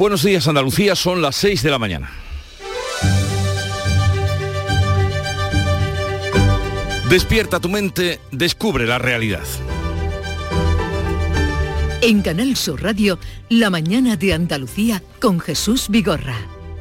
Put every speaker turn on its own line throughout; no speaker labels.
Buenos días, Andalucía, son las 6 de la mañana. Despierta tu mente, descubre la realidad.
En Canal Sur Radio, La mañana de Andalucía con Jesús Vigorra.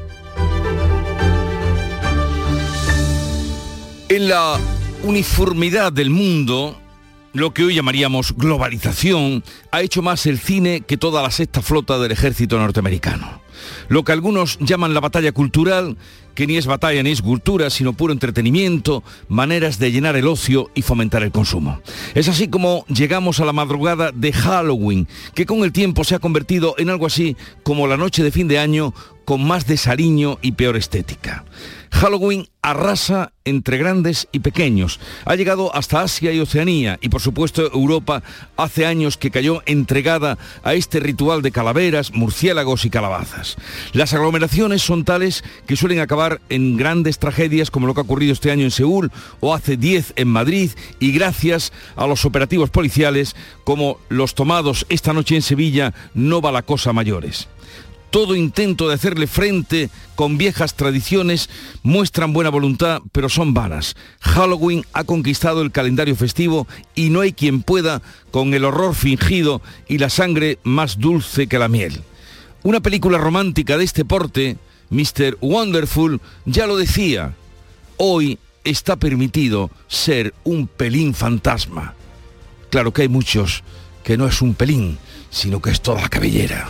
En la uniformidad del mundo, lo que hoy llamaríamos globalización, ha hecho más el cine que toda la sexta flota del ejército norteamericano. Lo que algunos llaman la batalla cultural, que ni es batalla ni es cultura, sino puro entretenimiento, maneras de llenar el ocio y fomentar el consumo. Es así como llegamos a la madrugada de Halloween, que con el tiempo se ha convertido en algo así como la noche de fin de año, con más desaliño y peor estética. Halloween arrasa entre grandes y pequeños. Ha llegado hasta Asia y Oceanía y por supuesto Europa hace años que cayó entregada a este ritual de calaveras, murciélagos y calabazas. Las aglomeraciones son tales que suelen acabar en grandes tragedias como lo que ha ocurrido este año en Seúl o hace 10 en Madrid, y gracias a los operativos policiales como los tomados esta noche en Sevilla no va la cosa a mayores. Todo intento de hacerle frente con viejas tradiciones muestran buena voluntad, pero son vanas. Halloween ha conquistado el calendario festivo y no hay quien pueda con el horror fingido y la sangre más dulce que la miel. Una película romántica de este porte, Mr. Wonderful, ya lo decía: hoy está permitido ser un pelín fantasma. Claro que hay muchos que no es un pelín, sino que es toda la cabellera.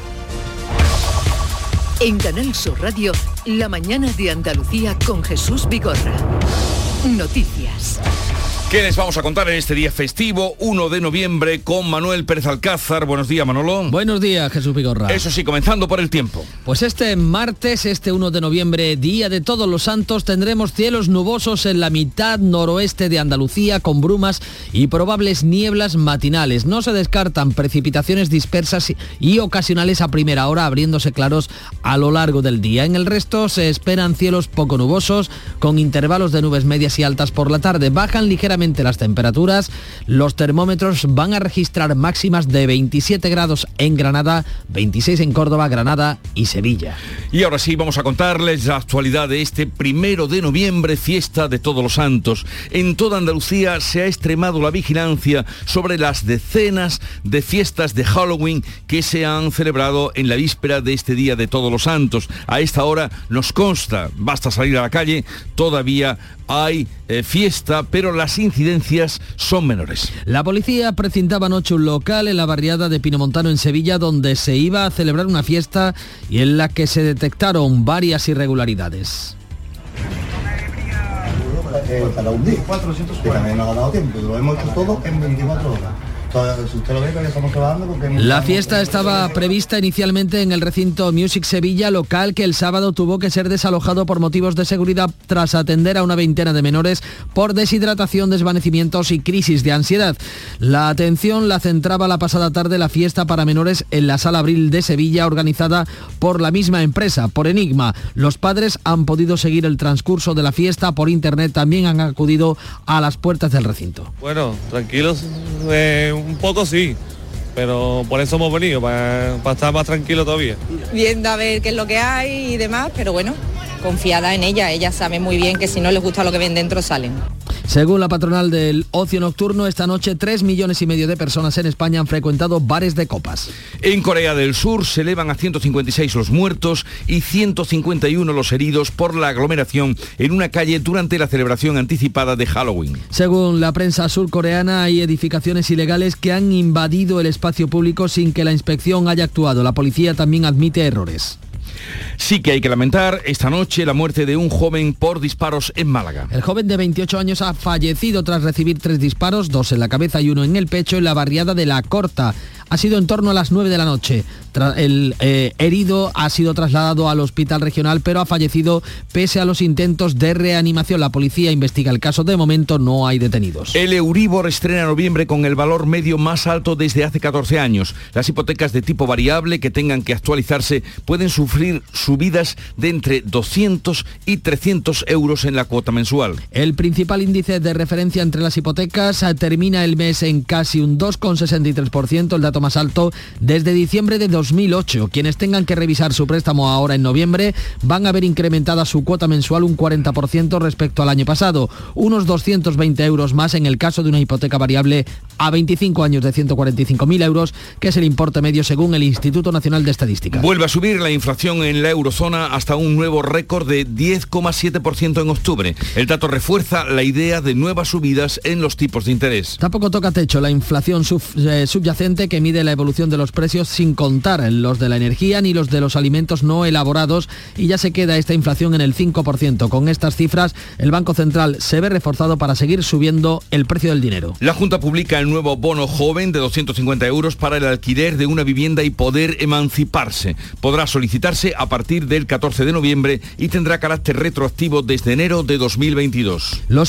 En Canal Sur Radio, La mañana de Andalucía con Jesús Vigorra. Noticias.
¿Qué les vamos a contar en este día festivo, 1 de noviembre, con Manuel Pérez Alcázar? Buenos días, Manolo.
Buenos días, Jesús Vigorra.
Eso sí, comenzando por el tiempo.
Pues este martes, 1 de noviembre, Día de Todos los Santos, tendremos cielos nubosos en la mitad noroeste de Andalucía, con brumas y probables nieblas matinales. No se descartan precipitaciones dispersas y ocasionales a primera hora, abriéndose claros a lo largo del día. En el resto se esperan cielos poco nubosos, con intervalos de nubes medias y altas por la tarde. Bajan ligeramente las temperaturas, los termómetros van a registrar máximas de 27 grados en Granada, 26 en Córdoba, Granada y Sevilla.
Y ahora sí, vamos a contarles la actualidad de este 1 de noviembre, fiesta de Todos los Santos. En toda Andalucía se ha extremado la vigilancia sobre las decenas de fiestas de Halloween que se han celebrado en la víspera de este Día de Todos los Santos. A esta hora nos consta, basta salir a la calle, todavía hay fiesta, pero las incidencias son menores.
La policía precintaba anoche un local en la barriada de Pinomontano en Sevilla, donde se iba a celebrar una fiesta y en la que se detectaron varias irregularidades.
Para un día, 400 que también nos ha dado tiempo, lo hemos hecho todo en 24 horas. Si usted lo ve, ya estamos trabajando porque...
La fiesta estaba prevista inicialmente en el recinto Music Sevilla, local que el sábado tuvo que ser desalojado por motivos de seguridad tras atender a una veintena de menores por deshidratación, desvanecimientos y crisis de ansiedad. La atención la centraba la pasada tarde la fiesta para menores en la Sala Abril de Sevilla, organizada por la misma empresa, por Enigma. Los padres han podido seguir el transcurso de la fiesta por internet, también han acudido a las puertas del recinto.
Bueno, tranquilos, un poco sí, pero por eso hemos venido, para estar más tranquilo todavía.
Viendo a ver qué es lo que hay y demás, pero bueno, confiada en ella sabe muy bien que si no les gusta lo que ven dentro salen.
Según la patronal del ocio nocturno, esta noche 3,5 millones de personas en España han frecuentado bares de copas.
En Corea del Sur se elevan a 156 los muertos y 151 los heridos por la aglomeración en una calle durante la celebración anticipada de Halloween.
Según la prensa surcoreana, hay edificaciones ilegales que han invadido el espacio público sin que la inspección haya actuado. La policía también admite errores.
Sí que hay que lamentar esta noche la muerte de un joven por disparos en Málaga.
El joven de 28 años ha fallecido tras recibir 3 disparos, 2 en la cabeza y 1 en el pecho, en la barriada de La Corta. Ha sido en torno a las 9 de la noche. El herido ha sido trasladado al hospital regional, pero ha fallecido pese a los intentos de reanimación. La policía investiga el caso. De momento no hay detenidos.
El Euribor estrena noviembre con el valor medio más alto desde hace 14 años. Las hipotecas de tipo variable que tengan que actualizarse pueden sufrir subidas de entre 200 y 300 euros en la cuota mensual.
El principal índice de referencia entre las hipotecas termina el mes en casi un 2,63%. El dato punto más alto desde diciembre de 2008. Quienes tengan que revisar su préstamo ahora en noviembre van a ver incrementada su cuota mensual un 40% respecto al año pasado, unos 220 euros más en el caso de una hipoteca variable a 25 años de 145.000 euros, que es el importe medio según el Instituto Nacional de Estadística.
Vuelve a subir la inflación en la eurozona hasta un nuevo récord de 10,7% en octubre. El dato refuerza la idea de nuevas subidas en los tipos de interés.
Tampoco toca techo la inflación subyacente, que mide la evolución de los precios sin contar los de la energía ni los de los alimentos no elaborados, y ya se queda esta inflación en el 5%. Con estas cifras, el Banco Central se ve reforzado para seguir subiendo el precio del dinero.
La Junta publica el nuevo bono joven de 250 euros para el alquiler de una vivienda y poder emanciparse. Podrá solicitarse a partir del 14 de noviembre y tendrá carácter retroactivo desde enero de 2022.
Los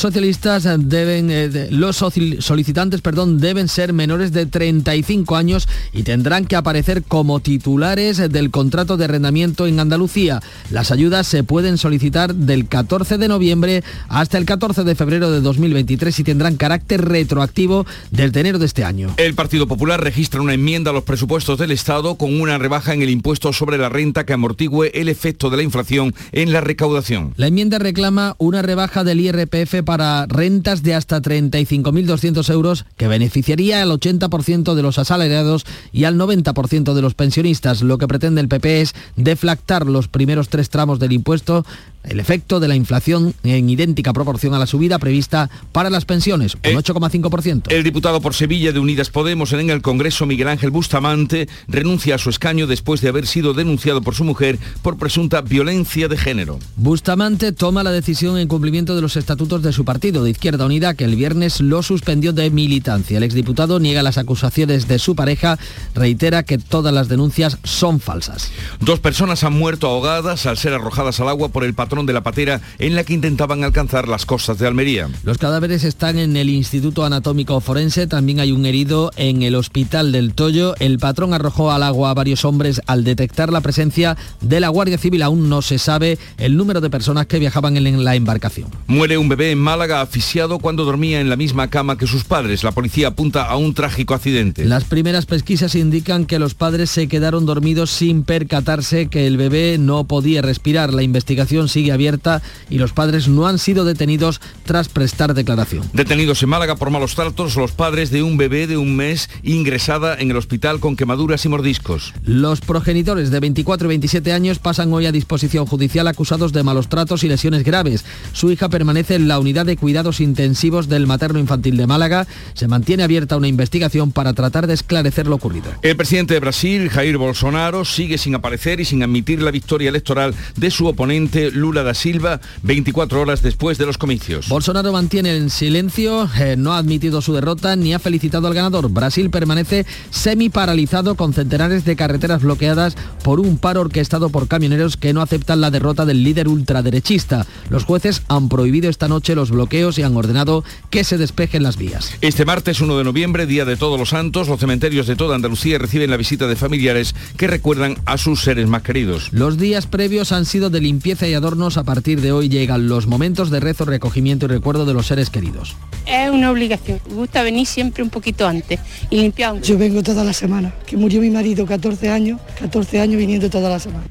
solicitantes deben ser menores de 35 años y tendrán que aparecer como titulares del contrato de arrendamiento en Andalucía. Las ayudas se pueden solicitar del 14 de noviembre hasta el 14 de febrero de 2023 y tendrán carácter retroactivo desde enero de este año.
El Partido Popular registra una enmienda a los presupuestos del Estado con una rebaja en el impuesto sobre la renta que amortigüe el efecto de la inflación en la recaudación.
La enmienda reclama una rebaja del IRPF para rentas de hasta 35.200 euros que beneficiaría al 80% de los asalariados y al 90% de los pensionistas. Lo que pretende el PP es deflactar los primeros 3 tramos del impuesto, el efecto de la inflación en idéntica proporción a la subida prevista para las pensiones, un 8,5%.
El diputado por Sevilla de Unidas Podemos en el Congreso, Miguel Ángel Bustamante, renuncia a su escaño después de haber sido denunciado por su mujer por presunta violencia de género.
Bustamante toma la decisión en cumplimiento de los estatutos de su partido, de Izquierda Unida, que el viernes lo suspendió de militancia. El exdiputado niega las acusaciones de su pareja, reitera que todas las denuncias son falsas.
2 personas han muerto ahogadas al ser arrojadas al agua por el patrón de la patera en la que intentaban alcanzar las costas de Almería.
Los cadáveres están en el Instituto Anatómico Forense, también hay un herido en el Hospital del Toyo. El patrón arrojó al agua a varios hombres al detectar la presencia de la Guardia Civil. Aún no se sabe el número de personas que viajaban en la embarcación.
Muere un bebé en Málaga asfixiado cuando dormía en la misma cama que sus padres. La policía apunta a un trágico accidente.
Las primeras pesquisas indican que los padres se quedaron dormidos sin percatarse que el bebé no podía respirar. La investigación sigue abierta y los padres no han sido detenidos tras prestar declaración.
Detenidos en Málaga por malos tratos los padres de un bebé de 1 mes ingresada en el hospital con quemaduras y mordiscos.
Los progenitores de 24 y 27 años pasan hoy a disposición judicial acusados de malos tratos y lesiones graves. Su hija permanece en la unidad de cuidados intensivos del Materno Infantil de Málaga. Se mantiene abierta una investigación para tratar de esclarecer lo ocurrido.
El presidente de Brasil, Jair Bolsonaro, sigue sin aparecer y sin admitir la victoria electoral de su oponente Lula da Silva 24 horas después de los comicios.
Bolsonaro mantiene en silencio, no ha admitido su derrota ni ha felicitado al ganador. Brasil permanece semi-paralizado con centenares de carreteras bloqueadas por un paro orquestado por camioneros que no aceptan la derrota del líder ultraderechista. Los jueces han prohibido esta noche los bloqueos y han ordenado que se despejen las vías.
Este martes 1 de noviembre, Día de Todos los Santos, los cementerios de toda Andalucía reciben la visita de familiares que recuerdan a sus seres más queridos.
Los días previos han sido de limpieza y adornos. A partir de hoy llegan los momentos de rezo, recogimiento y recuerdo de los seres queridos.
Es una obligación. Me gusta venir siempre un poquito antes y limpiar.
Yo vengo toda la semana, que murió mi marido 14 años viniendo toda la semana.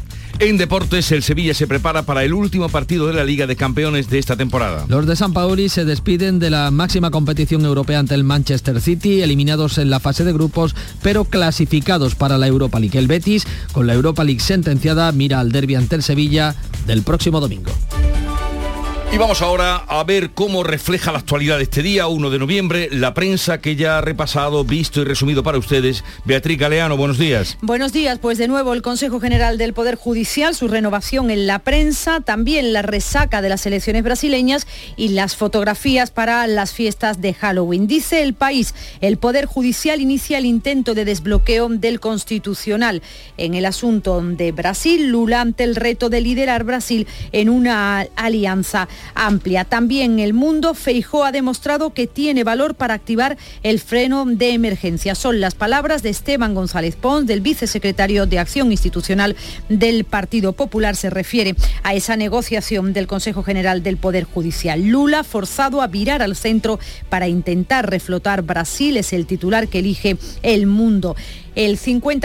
En deportes, el Sevilla se prepara para el último partido de la Liga de Campeones de esta temporada.
Los de Sampaoli se despiden de la máxima competición europea ante el Manchester City, eliminados en la fase de grupos, pero clasificados para la Europa League. El Betis, con la Europa League sentenciada, mira al derbi ante el Sevilla del próximo domingo.
Y vamos ahora a ver cómo refleja la actualidad de este día, 1 de noviembre, la prensa que ya ha repasado, visto y resumido para ustedes. Beatriz Galeano, buenos días.
Buenos días, pues de nuevo el Consejo General del Poder Judicial, su renovación en la prensa, también la resaca de las elecciones brasileñas y las fotografías para las fiestas de Halloween. Dice El País, el Poder Judicial inicia el intento de desbloqueo del Constitucional. En el asunto de Brasil, Lula ante el reto de liderar Brasil en una alianza. amplia. También El Mundo, Feijóo ha demostrado que tiene valor para activar el freno de emergencia. Son las palabras de Esteban González Pons, del vicesecretario de Acción Institucional del Partido Popular. Se refiere a esa negociación del Consejo General del Poder Judicial. Lula forzado a virar al centro para intentar reflotar Brasil, es el titular que elige El Mundo. El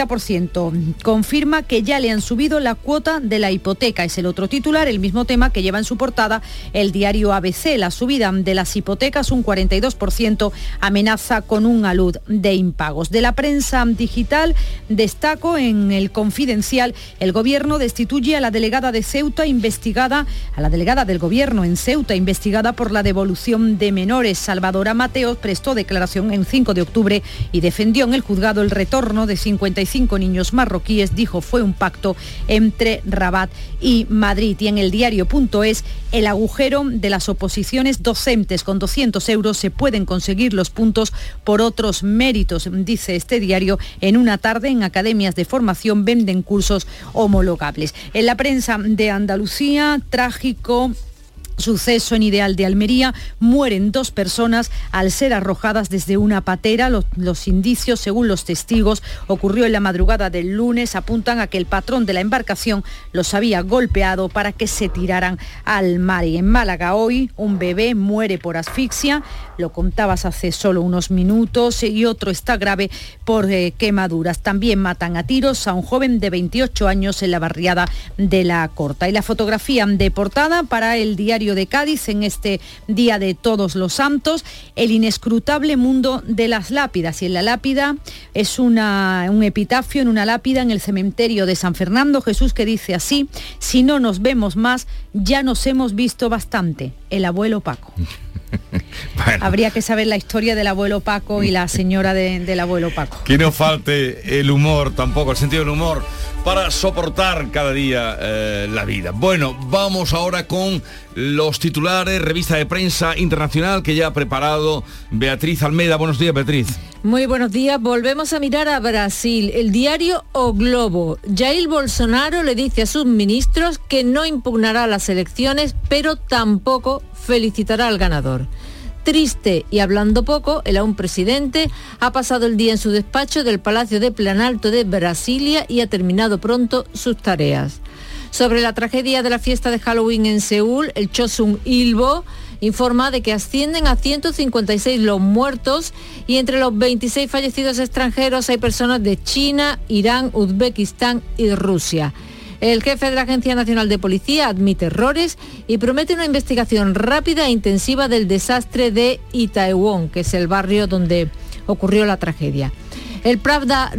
50% confirma que ya le han subido la cuota de la hipoteca. Es el otro titular, el mismo tema que lleva en su portada el diario ABC. La subida de las hipotecas, un 42%, amenaza con un alud de impagos. De la prensa digital, destaco en El Confidencial, el Gobierno destituye a la delegada de Ceuta investigada, a la delegada del Gobierno en Ceuta investigada por la devolución de menores. Salvador Mateos prestó declaración en 5 de octubre y defendió en el juzgado el retorno de 55 niños marroquíes. Dijo fue un pacto entre Rabat y Madrid. Y en el diario.es, el agujero de las oposiciones docentes. Con 200 euros se pueden conseguir los puntos por otros méritos, dice este diario. En una tarde en academias de formación venden cursos homologables. En la prensa de Andalucía, trágico suceso en Ideal de Almería. Mueren 2 personas al ser arrojadas desde una patera. Los indicios, según los testigos, ocurrió en la madrugada del lunes. Apuntan a que el patrón de la embarcación los había golpeado para que se tiraran al mar. Y en Málaga hoy un bebé muere por asfixia. Lo contabas hace solo unos minutos. Y otro está grave por quemaduras. También matan a tiros a un joven de 28 años en la barriada de La Corta. Y la fotografía de portada para el diario de Cádiz en este Día de Todos los Santos, el inescrutable mundo de las lápidas. Y en la lápida es un epitafio en una lápida en el cementerio de San Fernando, Jesús, que dice así: si no nos vemos más, ya nos hemos visto bastante. El abuelo Paco. Bueno. Habría que saber la historia del abuelo Paco y la señora del abuelo Paco.
Que no falte el humor, tampoco el sentido del humor, para soportar cada día la vida. Bueno, vamos ahora con los titulares, revista de prensa internacional que ya ha preparado Beatriz Almeida. Buenos días, Beatriz.
Muy buenos días. Volvemos a mirar a Brasil. El diario O Globo. Jair Bolsonaro le dice a sus ministros que no impugnará las elecciones, pero tampoco felicitará al ganador. Triste y hablando poco, el aún presidente ha pasado el día en su despacho del Palacio de Planalto de Brasilia y ha terminado pronto sus tareas. Sobre la tragedia de la fiesta de Halloween en Seúl, el Chosun Ilbo informa de que ascienden a 156 los muertos y entre los 26 fallecidos extranjeros hay personas de China, Irán, Uzbekistán y Rusia. El jefe de la Agencia Nacional de Policía admite errores y promete una investigación rápida e intensiva del desastre de Itaewon, que es el barrio donde ocurrió la tragedia. El Pravda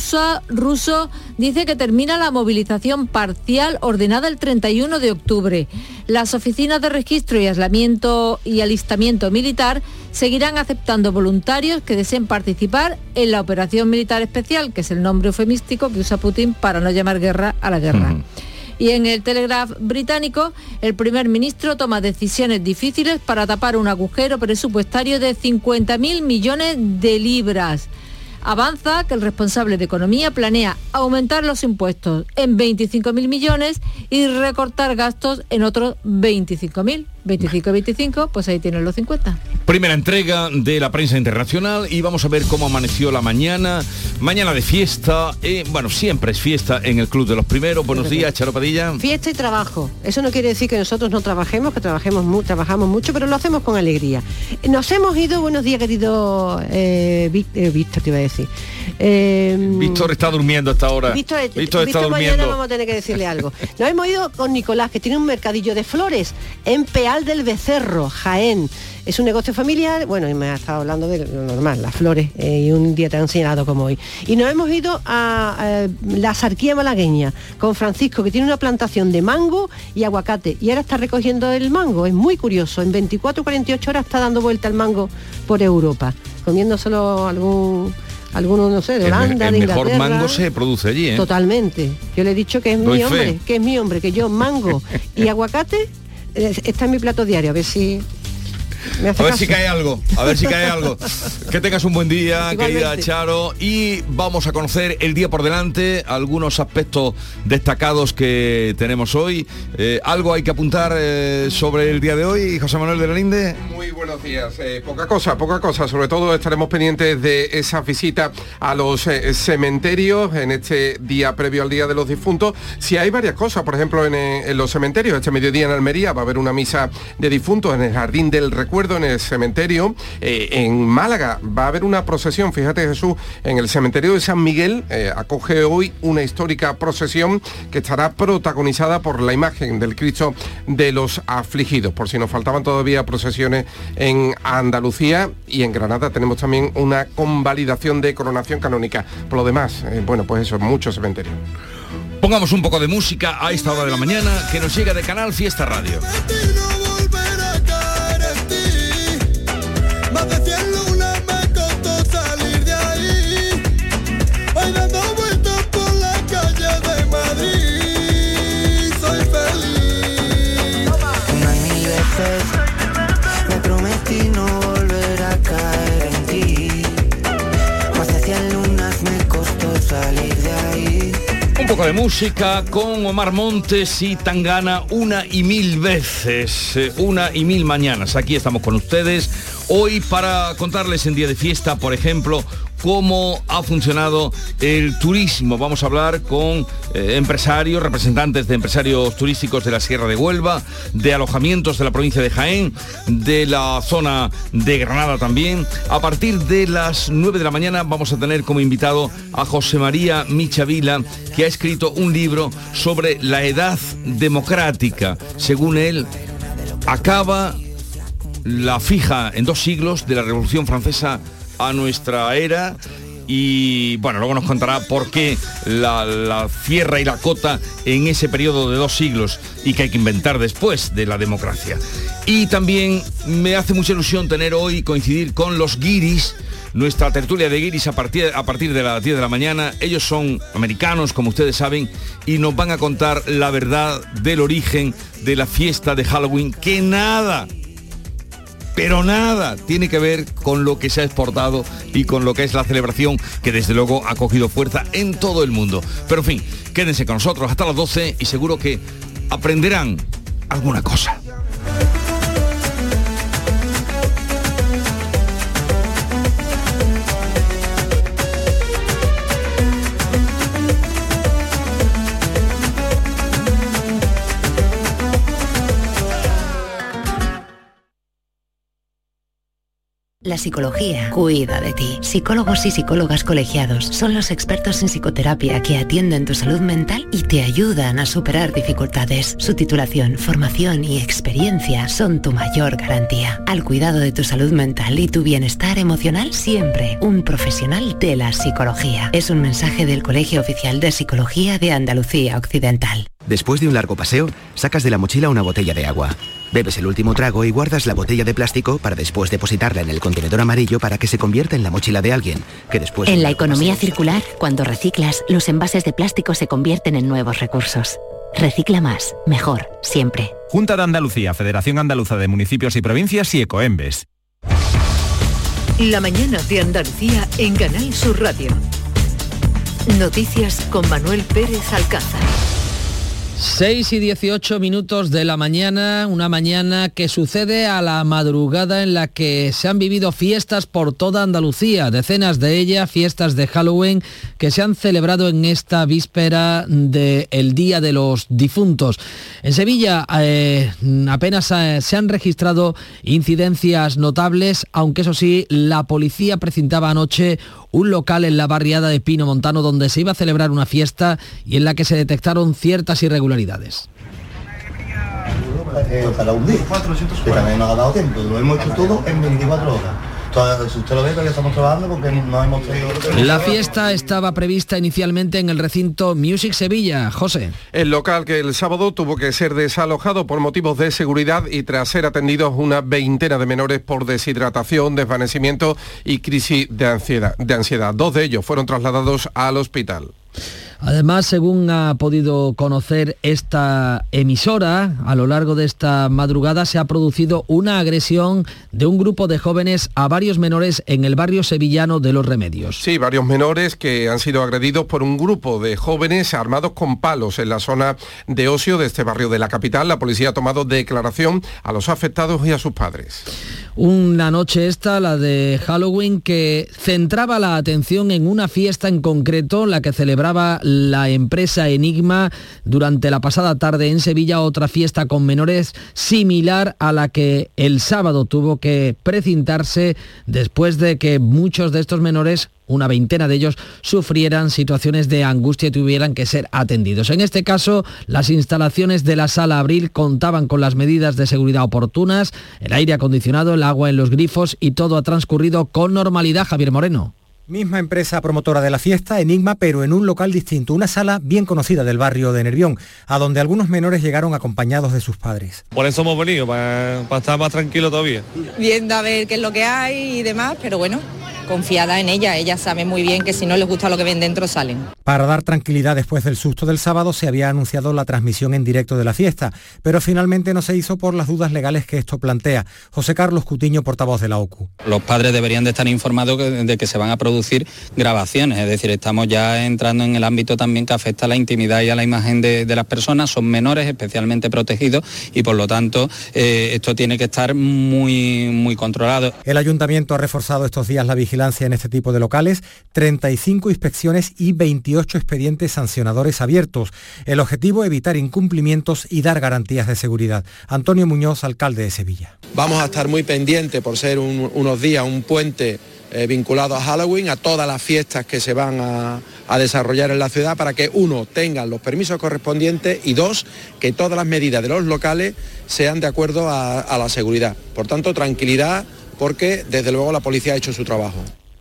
ruso dice que termina la movilización parcial ordenada el 31 de octubre. Las oficinas de registro y alistamiento militar seguirán aceptando voluntarios que deseen participar en la operación militar especial, que es el nombre eufemístico que usa Putin para no llamar guerra a la guerra. Y en el Telegraph británico, el primer ministro toma decisiones difíciles para tapar un agujero presupuestario de 50.000 millones de libras. Avanza que el responsable de Economía planea aumentar los impuestos en 25.000 millones y recortar gastos en otros 25.000. 25 y 25, pues ahí tienen los 50.
Primera entrega de la prensa internacional y vamos a ver cómo amaneció la mañana. Mañana de fiesta, bueno, siempre es fiesta en el Club de los Primeros. Buenos días, Charo Padilla.
Fiesta y trabajo. Eso no quiere decir que nosotros no trabajemos, que trabajamos mucho, pero lo hacemos con alegría. Nos hemos ido, buenos días, querido Víctor, te iba a decir.
Víctor está durmiendo hasta ahora.
Víctor está durmiendo. Mañana vamos a tener que decirle algo. Nos hemos ido con Nicolás, que tiene un mercadillo de flores en Peal del Becerro, Jaén. Es un negocio familiar, bueno, y me ha estado hablando de lo normal, las flores, y un día tan señalado como hoy. Y nos hemos ido a la Sarquía malagueña, con Francisco, que tiene una plantación de mango y aguacate, y ahora está recogiendo el mango. Es muy curioso, en 24-48 horas está dando vuelta el mango por Europa, comiéndoselo alguno, no sé, de Holanda, de Inglaterra.
El mejor mango se produce allí, ¿eh?
Totalmente. Yo le he dicho que es mi hombre, que yo mango y aguacate está en mi plato diario, a ver si Me hace
a ver
caso.
si cae algo, a ver si cae algo. Que tengas un buen día,
Igualmente.
querida Charo, y vamos a conocer el día por delante, algunos aspectos destacados que tenemos hoy. ¿Algo hay que apuntar sobre el día de hoy, José Manuel de la Linde?
Muy buenos días. Poca cosa. Sobre todo estaremos pendientes de esa visita a los cementerios en este día previo al Día de los Difuntos. Si hay varias cosas, por ejemplo, en los cementerios. Este mediodía en Almería va a haber una misa de difuntos en el Jardín del Recuerdo, en el cementerio. En Málaga va a haber una procesión, fíjate Jesús, en el cementerio de San Miguel acoge hoy una histórica procesión que estará protagonizada por la imagen del Cristo de los Afligidos. Por si nos faltaban todavía procesiones en Andalucía, y en Granada tenemos también una convalidación de coronación canónica. Por lo demás, bueno, pues eso, muchos cementerios.
Pongamos un poco de música a esta hora de la mañana que nos llega de Canal Fiesta Radio.
Más de 100 lunas me costó salir de ahí. Hoy dando vueltas por la calle de Madrid. Soy feliz.
Unas 1000 veces me prometí no volver a caer en ti. Más de 100 lunas me costó salir de ahí.
Un poco de música con Omar Montes y Tangana, 1.000 veces, 1.000 mañanas. Aquí estamos con ustedes hoy para contarles en día de fiesta, por ejemplo, cómo ha funcionado el turismo. Vamos a hablar con empresarios, representantes de empresarios turísticos de la Sierra de Huelva, de alojamientos de la provincia de Jaén, de la zona de Granada también. A partir de las 9 de la mañana vamos a tener como invitado a José María Michavila, que ha escrito un libro sobre la edad democrática. Según él, acaba la fija en 2 siglos de la Revolución Francesa a nuestra era, y bueno, luego nos contará por qué la cierra y la cota en ese periodo de 2 siglos y que hay que inventar después de la democracia. Y también me hace mucha ilusión coincidir con los guiris, nuestra tertulia de guiris a partir de las 10 de la mañana. Ellos son americanos, como ustedes saben, y nos van a contar la verdad del origen de la fiesta de Halloween, que nada, pero nada tiene que ver con lo que se ha exportado y con lo que es la celebración, que desde luego ha cogido fuerza en todo el mundo. Pero en fin, quédense con nosotros hasta las 12 y seguro que aprenderán alguna cosa.
La psicología cuida de ti. Psicólogos y psicólogas colegiados son los expertos en psicoterapia que atienden tu salud mental y te ayudan a superar dificultades. Su titulación, formación y experiencia son tu mayor garantía. Al cuidado de tu salud mental y tu bienestar emocional, siempre un profesional de la psicología. Es un mensaje del Colegio Oficial de Psicología de Andalucía Occidental.
Después de un largo paseo, sacas de la mochila una botella de agua. Bebes el último trago y guardas la botella de plástico para después depositarla en el contenedor amarillo para que se convierta en la mochila de alguien, que después...
En la economía circular, cuando reciclas, los envases de plástico se convierten en nuevos recursos. Recicla más, mejor, siempre.
Junta de Andalucía, Federación Andaluza de Municipios y Provincias y Ecoembes.
La mañana de Andalucía en Canal Sur Radio. Noticias con Manuel Pérez Alcázar.
6:18 de la mañana, una mañana que sucede a la madrugada en la que se han vivido fiestas por toda Andalucía, decenas de ellas, fiestas de Halloween que se han celebrado en esta víspera del Día de los Difuntos. En Sevilla apenas se han registrado incidencias notables, aunque eso sí, la policía precintaba anoche un local en la barriada de Pino Montano donde se iba a celebrar una fiesta y en la que se detectaron ciertas irregularidades.
Para un día, que también nos ha dado tiempo, lo hemos hecho todo en 24 horas. Si usted lo ve, todavía estamos trabajando porque no hemos tenido...
La fiesta estaba prevista inicialmente en el recinto Music Sevilla. José.
El local que el sábado tuvo que ser desalojado por motivos de seguridad y tras ser atendidos una veintena de menores por deshidratación, desvanecimiento y crisis de ansiedad. 2 de ellos fueron trasladados al hospital.
Además, según ha podido conocer esta emisora, a lo largo de esta madrugada se ha producido una agresión de un grupo de jóvenes a varios menores en el barrio sevillano de Los Remedios.
Sí, varios menores que han sido agredidos por un grupo de jóvenes armados con palos en la zona de ocio de este barrio de la capital. La policía ha tomado declaración a los afectados y a sus padres.
Una noche esta, la de Halloween, que centraba la atención en una fiesta en concreto, la que celebraba la empresa Enigma durante la pasada tarde en Sevilla, otra fiesta con menores similar a la que el sábado tuvo que precintarse después de que muchos de estos menores, una veintena de ellos, sufrieran situaciones de angustia y tuvieran que ser atendidos. En este caso, las instalaciones de la Sala Abril contaban con las medidas de seguridad oportunas, el aire acondicionado, el agua en los grifos y todo ha transcurrido con normalidad. Javier Moreno.
Misma empresa promotora de la fiesta, Enigma, pero en un local distinto, una sala bien conocida del barrio de Nervión, a donde algunos menores llegaron acompañados de sus padres.
Por eso hemos venido, para estar más tranquilo todavía.
Viendo a ver qué es lo que hay y demás, pero bueno, confiada en ella sabe muy bien que si no les gusta lo que ven dentro salen.
Para dar tranquilidad después del susto del sábado se había anunciado la transmisión en directo de la fiesta, pero finalmente no se hizo por las dudas legales que esto plantea. José Carlos Cutiño, portavoz de la OCU.
Los padres deberían de estar informados de que se van a producir grabaciones, es decir, estamos ya entrando en el ámbito también que afecta a la intimidad y a la imagen de las personas, son menores especialmente protegidos y por lo tanto esto tiene que estar muy controlado.
El ayuntamiento ha reforzado estos días la vigilancia en este tipo de locales, 35 inspecciones y 28 expedientes sancionadores abiertos. El objetivo, evitar incumplimientos y dar garantías de seguridad. Antonio Muñoz, alcalde de Sevilla.
Vamos a estar muy pendientes por ser unos días, un puente vinculado a Halloween, a todas las fiestas que se van a desarrollar en la ciudad para que, uno, tengan los permisos correspondientes y dos, que todas las medidas de los locales sean de acuerdo a la seguridad. Por tanto, tranquilidad, porque desde luego la policía ha hecho su trabajo.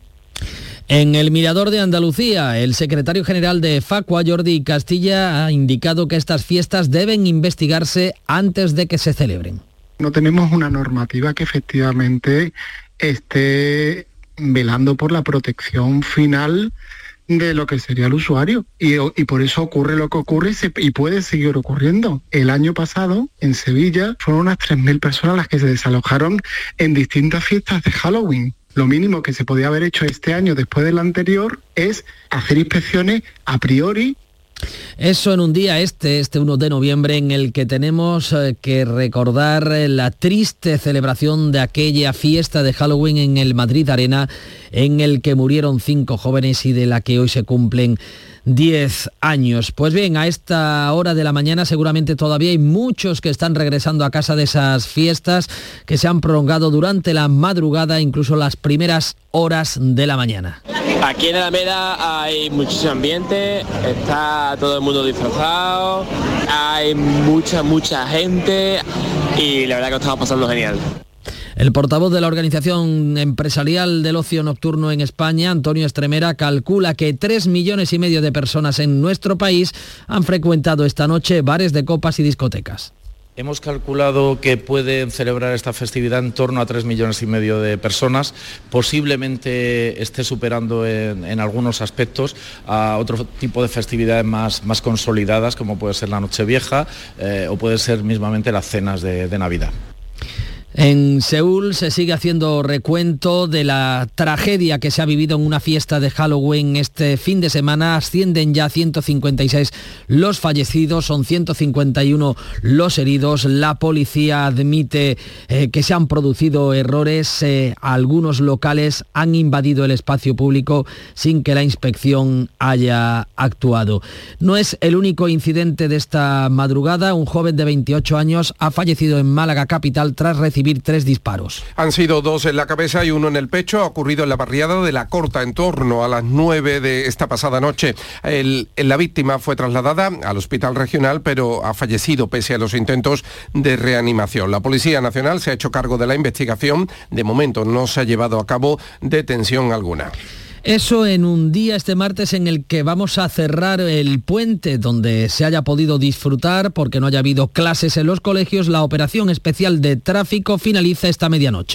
En el Mirador de Andalucía, el secretario general de Facua, Jordi Castilla, ha indicado que estas fiestas deben investigarse antes de que se celebren.
No tenemos una normativa que efectivamente esté velando por la protección final de lo que sería el usuario y por eso ocurre lo que ocurre y puede seguir ocurriendo. El año pasado en Sevilla fueron unas 3.000 personas las que se desalojaron en distintas fiestas de Halloween. Lo mínimo que se podía haber hecho este año después del anterior es hacer inspecciones a priori.
Eso en un día este 1 de noviembre, en el que tenemos que recordar la triste celebración de aquella fiesta de Halloween en el Madrid Arena, en el que murieron 5 jóvenes y de la que hoy se cumplen 10 años. Pues bien, a esta hora de la mañana seguramente todavía hay muchos que están regresando a casa de esas fiestas que se han prolongado durante la madrugada, incluso las primeras horas de la mañana.
Aquí en Alameda hay muchísimo ambiente, está todo el mundo disfrazado, hay mucha gente y la verdad que lo estamos pasando genial.
El portavoz de la Organización Empresarial del Ocio Nocturno en España, Antonio Estremera, calcula que 3,5 millones de personas en nuestro país han frecuentado esta noche bares de copas y discotecas.
Hemos calculado que pueden celebrar esta festividad en torno a 3,5 millones de personas. Posiblemente esté superando en algunos aspectos a otro tipo de festividades más consolidadas, como puede ser la Nochevieja o puede ser mismamente las cenas de Navidad.
En Seúl se sigue haciendo recuento de la tragedia que se ha vivido en una fiesta de Halloween este fin de semana. Ascienden ya 156 los fallecidos, son 151 los heridos. La policía admite que se han producido errores. Algunos locales han invadido el espacio público sin que la inspección haya actuado. No es el único incidente de esta madrugada. Un joven de 28 años ha fallecido en Málaga capital tras recibir 3 disparos.
Han sido 2 en la cabeza y 1 en el pecho. Ha ocurrido en la barriada de La Corta en torno a las 9 de esta pasada noche. La víctima fue trasladada al hospital regional, pero ha fallecido pese a los intentos de reanimación. La Policía Nacional se ha hecho cargo de la investigación. De momento no se ha llevado a cabo detención alguna.
Eso en un día este martes en el que vamos a cerrar el puente donde se haya podido disfrutar porque no haya habido clases en los colegios. La operación especial de tráfico finaliza esta medianoche.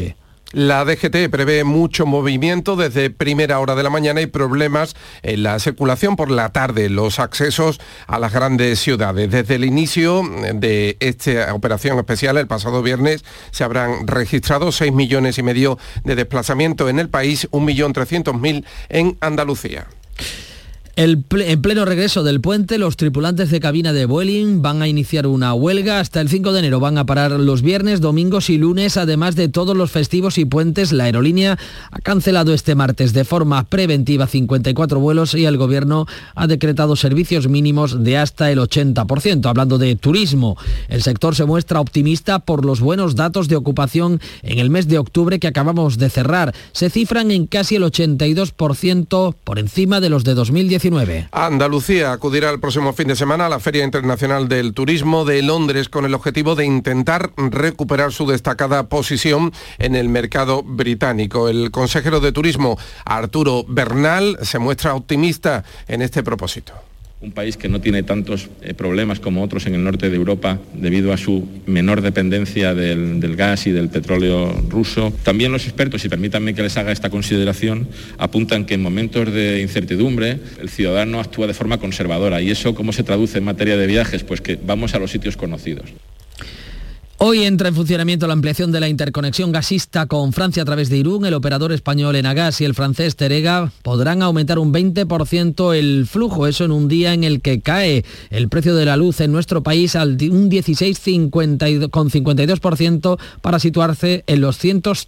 La DGT prevé mucho movimiento desde primera hora de la mañana y problemas en la circulación por la tarde, los accesos a las grandes ciudades. Desde el inicio de esta operación especial, el pasado viernes, se habrán registrado 6,5 millones de desplazamientos en el país, 1.300.000 en Andalucía.
En pleno regreso del puente, los tripulantes de cabina de Vueling van a iniciar una huelga. Hasta el 5 de enero van a parar los viernes, domingos y lunes, además de todos los festivos y puentes. La aerolínea ha cancelado este martes de forma preventiva 54 vuelos y el Gobierno ha decretado servicios mínimos de hasta el 80%. Hablando de turismo, el sector se muestra optimista por los buenos datos de ocupación en el mes de octubre que acabamos de cerrar. Se cifran en casi el 82% por encima de los de 2019.
Andalucía acudirá el próximo fin de semana a la Feria Internacional del Turismo de Londres con el objetivo de intentar recuperar su destacada posición en el mercado británico. El consejero de Turismo, Arturo Bernal, se muestra optimista en este propósito.
Un país que no tiene tantos problemas como otros en el norte de Europa debido a su menor dependencia del gas y del petróleo ruso. También los expertos, y permítanme que les haga esta consideración, apuntan que en momentos de incertidumbre el ciudadano actúa de forma conservadora. ¿Y eso cómo se traduce en materia de viajes? Pues que vamos a los sitios conocidos.
Hoy entra en funcionamiento la ampliación de la interconexión gasista con Francia a través de Irún. El operador español Enagas y el francés Teréga podrán aumentar un 20% el flujo, eso en un día en el que cae el precio de la luz en nuestro país al un 16,52% para situarse en los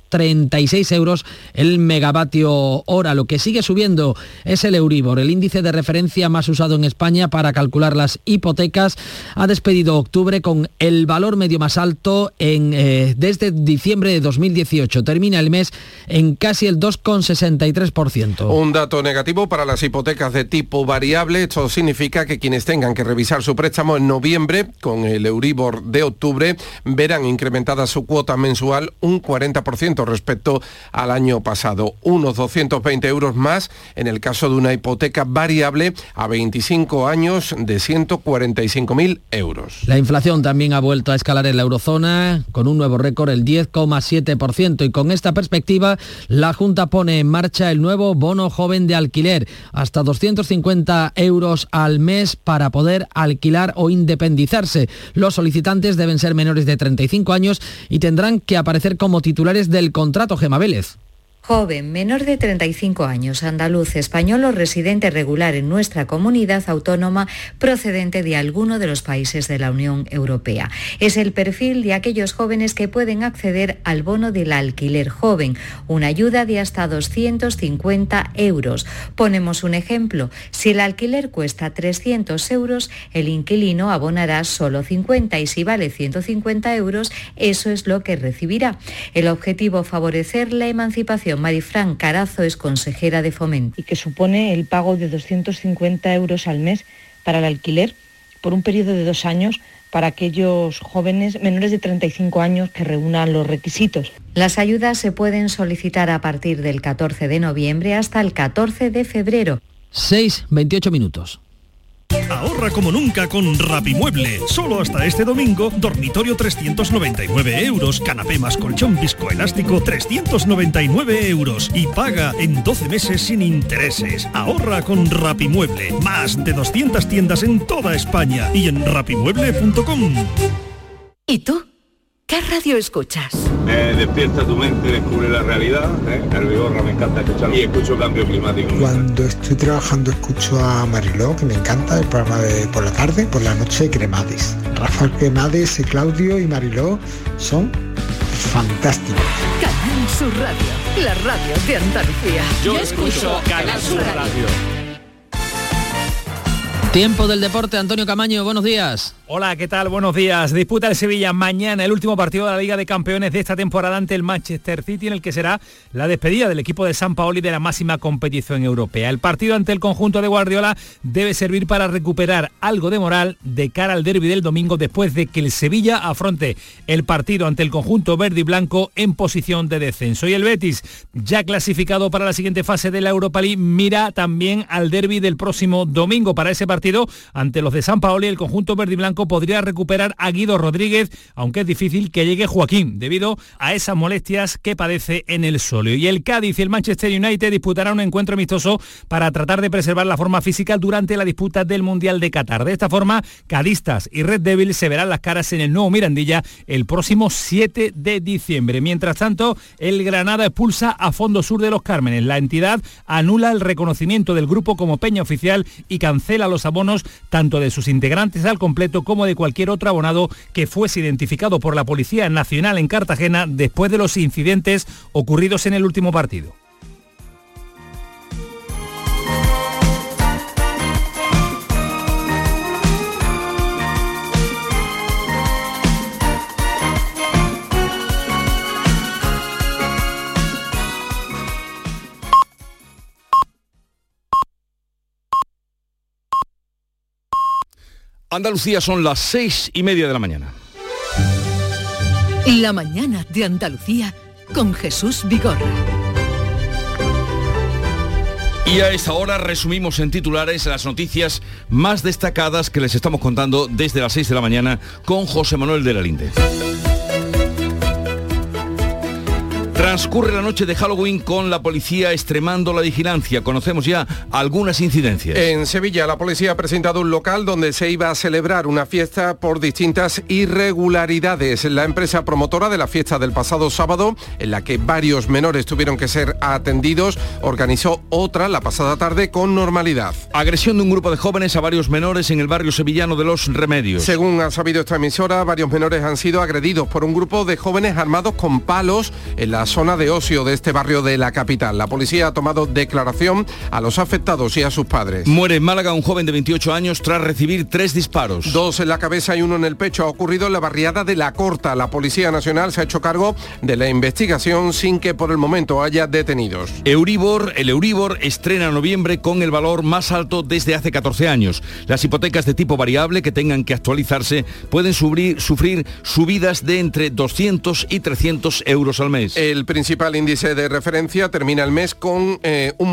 136 euros el megavatio hora. Lo que sigue subiendo es el Euribor, el índice de referencia más usado en España para calcular las hipotecas. Ha despedido octubre con el valor medio más alto desde diciembre de 2018. Termina el mes en casi el 2,63%.
Un dato negativo para las hipotecas de tipo variable. Esto significa que quienes tengan que revisar su préstamo en noviembre con el Euribor de octubre verán incrementada su cuota mensual un 40% respecto al año pasado. Unos 220 euros más en el caso de una hipoteca variable a 25 años de 145.000 euros.
La inflación también ha vuelto a escalar en la eurozona con un nuevo récord, el 10,7%, y con esta perspectiva la Junta pone en marcha el nuevo bono joven de alquiler, hasta 250 euros al mes para poder alquilar o independizarse. Los solicitantes deben ser menores de 35 años y tendrán que aparecer como titulares del contrato. Gemma Vélez.
Joven, menor de 35 años, andaluz, español o residente regular en nuestra comunidad autónoma procedente de alguno de los países de la Unión Europea. Es el perfil de aquellos jóvenes que pueden acceder al bono del alquiler joven, una ayuda de hasta 250 euros. Ponemos un ejemplo. Si el alquiler cuesta 300 euros, el inquilino abonará solo 50 y si vale 150 euros, eso es lo que recibirá. El objetivo, favorecer la emancipación. Marifran Carazo es consejera de Fomento.
Y que supone el pago de 250 euros al mes para el alquiler por un periodo de 2 años para aquellos jóvenes menores de 35 años que reúnan los requisitos.
Las ayudas se pueden solicitar a partir del 14 de noviembre hasta el 14 de febrero.
6:28 minutos.
Ahorra como nunca con Rapimueble. Solo hasta este domingo, dormitorio 399 euros, canapé más colchón viscoelástico 399 euros y paga en 12 meses sin intereses. Ahorra con Rapimueble. Más de 200 tiendas en toda España y en rapimueble.com.
¿Y tú? ¿Qué radio escuchas?
Despierta tu mente, descubre la realidad. El Vigorra me encanta escucharlo y escucho Cambio Climático.
Cuando estoy trabajando escucho a Mariló, que me encanta, el programa de por la tarde, por la noche Cremades. Rafael Cremades, Claudio y Mariló son fantásticos.
Canal Sur Radio, la radio de Andalucía.
Yo escucho Canal Sur Radio.
Tiempo del deporte, Antonio Camaño, buenos días.
Hola, ¿qué tal? Buenos días. Disputa el Sevilla mañana el último partido de la Liga de Campeones de esta temporada ante el Manchester City, en el que será la despedida del equipo de Sampaoli de la máxima competición europea. El partido ante el conjunto de Guardiola debe servir para recuperar algo de moral de cara al derbi del domingo, después de que el Sevilla afronte el partido ante el conjunto verde y blanco en posición de descenso. Y el Betis, ya clasificado para la siguiente fase de la Europa League, mira también al derbi del próximo domingo. Para ese partido partido ante los de Sampaoli, el conjunto verde y blanco podría recuperar a Guido Rodríguez, aunque es difícil que llegue Joaquín, debido a esas molestias que padece en el sóleo. Y el Cádiz y el Manchester United disputarán un encuentro amistoso para tratar de preservar la forma física durante la disputa del Mundial de Qatar. De esta forma, cadistas y Red Devil se verán las caras en el nuevo Mirandilla el próximo 7 de diciembre. Mientras tanto, el Granada expulsa a Fondo Sur de los Cármenes. La entidad anula el reconocimiento del grupo como peña oficial y cancela los abonos tanto de sus integrantes al completo como de cualquier otro abonado que fuese identificado por la Policía Nacional en Cartagena después de los incidentes ocurridos en el último partido.
Andalucía, son las 6:30 de la mañana.
La mañana de Andalucía con Jesús Vigorra.
Y a esta hora resumimos en titulares las noticias más destacadas que les estamos contando desde las 6 de la mañana con José Manuel de la Linde. Transcurre la noche de Halloween con la policía extremando la vigilancia. Conocemos ya algunas incidencias.
En Sevilla, la policía ha presentado un local donde se iba a celebrar una fiesta por distintas irregularidades. La empresa promotora de la fiesta del pasado sábado, en la que varios menores tuvieron que ser atendidos, organizó otra la pasada tarde con normalidad.
Agresión de un grupo de jóvenes a varios menores en el barrio sevillano de Los Remedios.
Según ha sabido esta emisora, varios menores han sido agredidos por un grupo de jóvenes armados con palos en la zona de ocio de este barrio de la capital. La policía ha tomado declaración a los afectados y a sus padres.
Muere en Málaga un joven de 28 años tras recibir 3 disparos.
2 en la cabeza y 1 en el pecho. Ha ocurrido en la barriada de La Corta. La Policía Nacional se ha hecho cargo de la investigación sin que por el momento haya detenidos.
El Euribor estrena en noviembre con el valor más alto desde hace 14 años. Las hipotecas de tipo variable que tengan que actualizarse pueden sufrir subidas de entre 200 y 300 euros al mes.
El principal índice de referencia termina el mes con un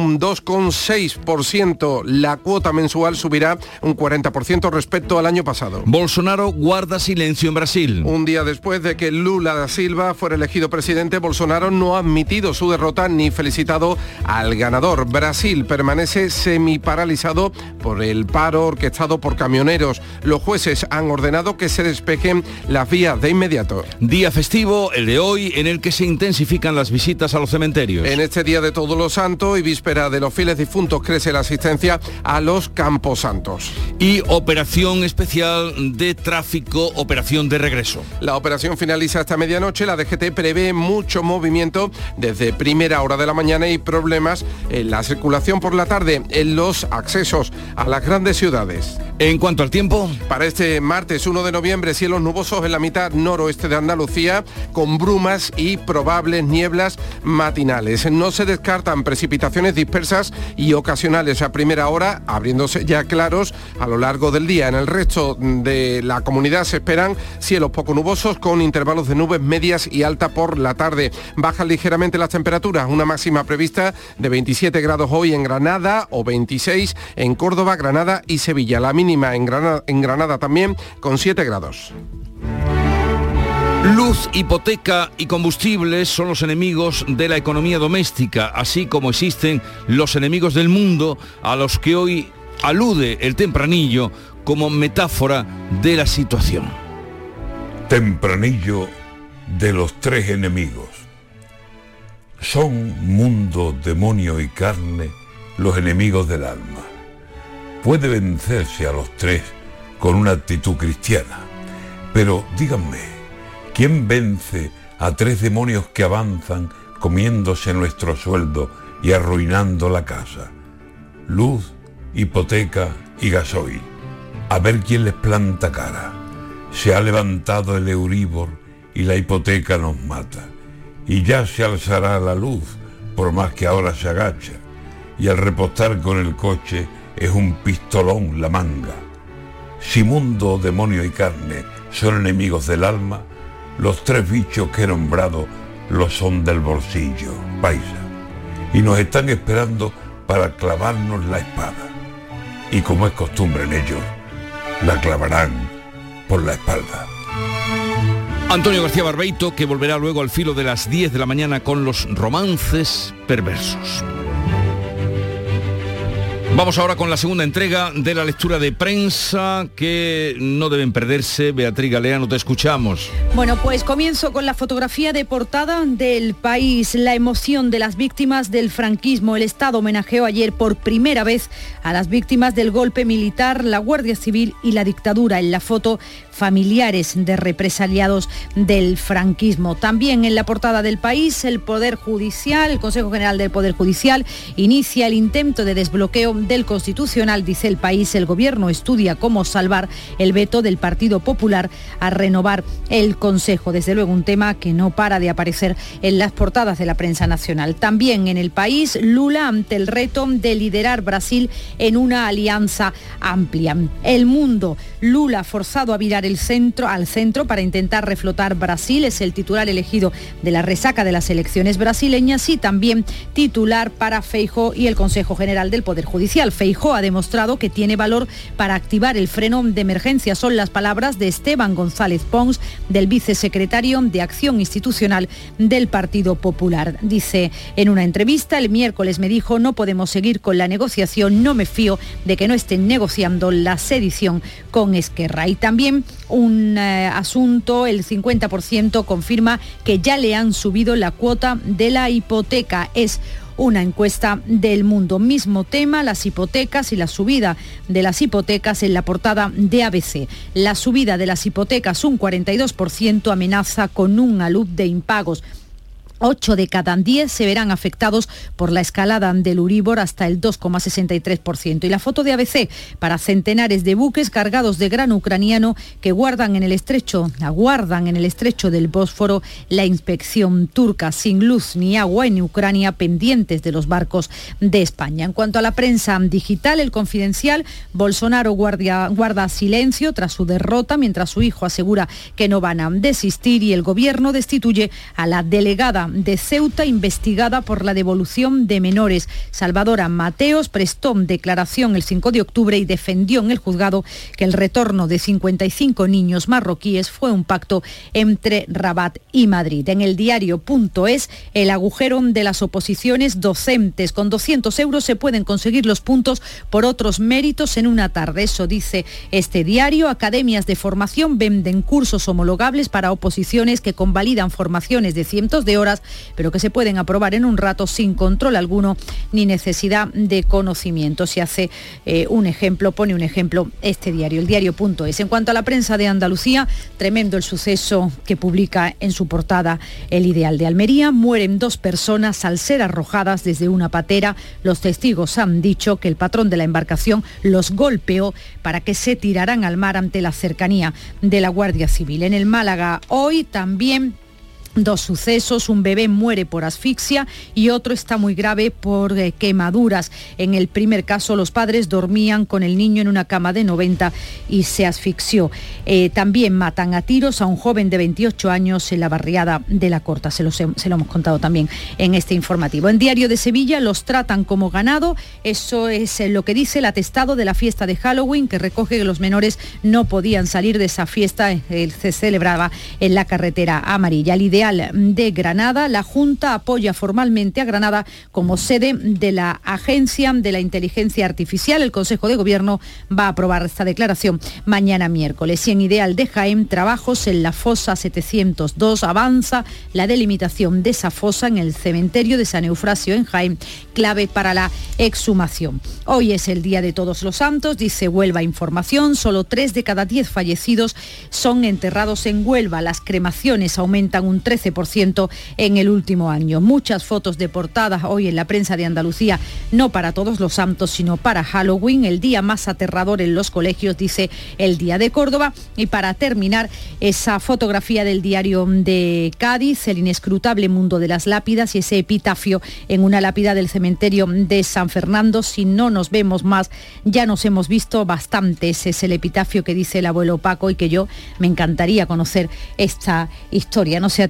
2,6%. La cuota mensual subirá un 40% respecto al año pasado.
Bolsonaro guarda silencio en Brasil.
Un día después de que Lula da Silva fuera elegido presidente, Bolsonaro no ha admitido su derrota ni felicitado al ganador. Brasil permanece semiparalizado por el paro orquestado por camioneros. Los jueces han ordenado que se despejen las vías de inmediato.
Día festivo, el de hoy, en el que se intensifican las visitas a los cementerios.
En este día de Todos los Santos y víspera de los fieles difuntos crece la asistencia a los camposantos.
Y operación especial de tráfico, operación de regreso.
La operación finaliza esta medianoche. La DGT prevé mucho movimiento desde primera hora de la mañana y problemas en la circulación por la tarde en los accesos a las grandes ciudades.
En cuanto al tiempo,
para este martes 1 de noviembre, cielos nubosos en la mitad noroeste de Andalucía, con brumas y probables nieblas matinales. No se descartan precipitaciones dispersas y ocasionales a primera hora, abriéndose ya claros a lo largo del día. En el resto de la comunidad se esperan cielos poco nubosos con intervalos de nubes medias y alta por la tarde. Bajan ligeramente las temperaturas, una máxima prevista de 27 grados hoy en Granada o 26 en Córdoba, Granada y Sevilla. La mínima en Granada también con 7 grados.
Luz, hipoteca y combustibles son los enemigos de la economía doméstica, así como existen los enemigos del mundo a los que hoy alude el Tempranillo como metáfora de la situación.
Tempranillo de los 3 enemigos. Son mundo, demonio y carne los enemigos del alma. Puede vencerse a los 3 con una actitud cristiana, pero díganme, ¿quién vence a 3 demonios que avanzan comiéndose nuestro sueldo y arruinando la casa? Luz, hipoteca y gasoil. A ver quién les planta cara. Se ha levantado el Euribor y la hipoteca nos mata. Y ya se alzará la luz, por más que ahora se agacha. Y al repostar con el coche es un pistolón la manga. Si mundo, demonio y carne son enemigos del alma, los 3 bichos que he nombrado lo son del bolsillo, paisa. Y nos están esperando para clavarnos la espada. y, como es costumbre en ellos, la clavarán por la espalda.
Antonio García Barbeito, que volverá luego al filo de las 10 de la mañana con los romances perversos. Vamos ahora con la segunda entrega de la lectura de prensa que no deben perderse. Beatriz Galeano, te escuchamos.
Bueno, pues comienzo con la fotografía de portada del País. La emoción de las víctimas del franquismo. El Estado homenajeó ayer por primera vez a las víctimas del golpe militar, la Guardia Civil y la dictadura. En la foto, familiares de represaliados del franquismo. También en la portada del País, el Poder Judicial, el Consejo General del Poder Judicial inicia el intento de desbloqueo del Constitucional. Dice el País, el Gobierno estudia cómo salvar el veto del Partido Popular a renovar el Consejo. Desde luego un tema que no para de aparecer en las portadas de la prensa nacional. También en el País, Lula ante el reto de liderar Brasil en una alianza amplia. El Mundo, Lula forzado a virar al centro para intentar reflotar Brasil, es el titular elegido de la resaca de las elecciones brasileñas, y también titular para Feijóo y el Consejo General del Poder Judicial. Feijóo ha demostrado que tiene valor para activar el freno de emergencia. Son las palabras de Esteban González Pons, del vicesecretario de Acción Institucional del Partido Popular. Dice en una entrevista: el miércoles me dijo, no podemos seguir con la negociación, no me fío de que no estén negociando la sedición con Esquerra. Y también un asunto, el 50% confirma que ya le han subido la cuota de la hipoteca. Es una encuesta del Mundo. Mismo tema, las hipotecas y la subida de las hipotecas en la portada de ABC. La subida de las hipotecas, un 42%, amenaza con un alud de impagos. 8 de cada 10 se verán afectados por la escalada del Euribor hasta el 2,63%. Y la foto de ABC para centenares de buques cargados de grano ucraniano que aguardan en el estrecho del Bósforo la inspección turca, sin luz ni agua en Ucrania, pendientes de los barcos de España. En cuanto a la prensa digital, El Confidencial, Bolsonaro guarda silencio tras su derrota, mientras su hijo asegura que no van a desistir, y el gobierno destituye a la delegada de Ceuta investigada por la devolución de menores. Salvadora Mateos prestó declaración el 5 de octubre y defendió en el juzgado que el retorno de 55 niños marroquíes fue un pacto entre Rabat y Madrid. En el diario.es, el agujero de las oposiciones docentes. Con 200 euros se pueden conseguir los puntos por otros méritos en una tarde. Eso dice este diario. Academias de formación venden cursos homologables para oposiciones que convalidan formaciones de cientos de horas, pero que se pueden aprobar en un rato sin control alguno ni necesidad de conocimiento. Se hace pone un ejemplo este diario, el diario.es. En cuanto a la prensa de Andalucía, tremendo el suceso que publica en su portada El Ideal de Almería. Mueren 2 personas al ser arrojadas desde una patera. Los testigos han dicho que el patrón de la embarcación los golpeó para que se tiraran al mar ante la cercanía de la Guardia Civil. En el Málaga hoy también 2 sucesos, un bebé muere por asfixia y otro está muy grave por quemaduras. En el primer caso, los padres dormían con el niño en una cama de 90 y se asfixió. También matan a tiros a un joven de 28 años en la barriada de La Corta. Se lo hemos contado también en este informativo. En Diario de Sevilla, los tratan como ganado. Eso es lo que dice el atestado de la fiesta de Halloween, que recoge que los menores no podían salir de esa fiesta. Se celebraba en la carretera amarilla. El Ideal de Granada, la Junta apoya formalmente a Granada como sede de la Agencia de la Inteligencia Artificial. El Consejo de Gobierno va a aprobar esta declaración mañana miércoles. Y en Ideal de Jaén, trabajos en la fosa 702. Avanza la delimitación de esa fosa en el cementerio de San Eufrasio en Jaén, clave para la exhumación. Hoy es el Día de Todos los Santos, dice Huelva Información. Solo 3 de cada 10 fallecidos son enterrados en Huelva. Las cremaciones aumentan un 13% en el último año. Muchas fotos de portada hoy en la prensa de Andalucía, no para Todos los Santos, sino para Halloween, el día más aterrador en los colegios, dice El Día de Córdoba. Y para terminar, esa fotografía del diario de Cádiz, el inescrutable mundo de las lápidas, y ese epitafio en una lápida del cementerio de San Fernando: si no nos vemos más, ya nos hemos visto bastante. Ese es el epitafio que dice el abuelo Paco y que yo me encantaría conocer esta historia. No sé a ti,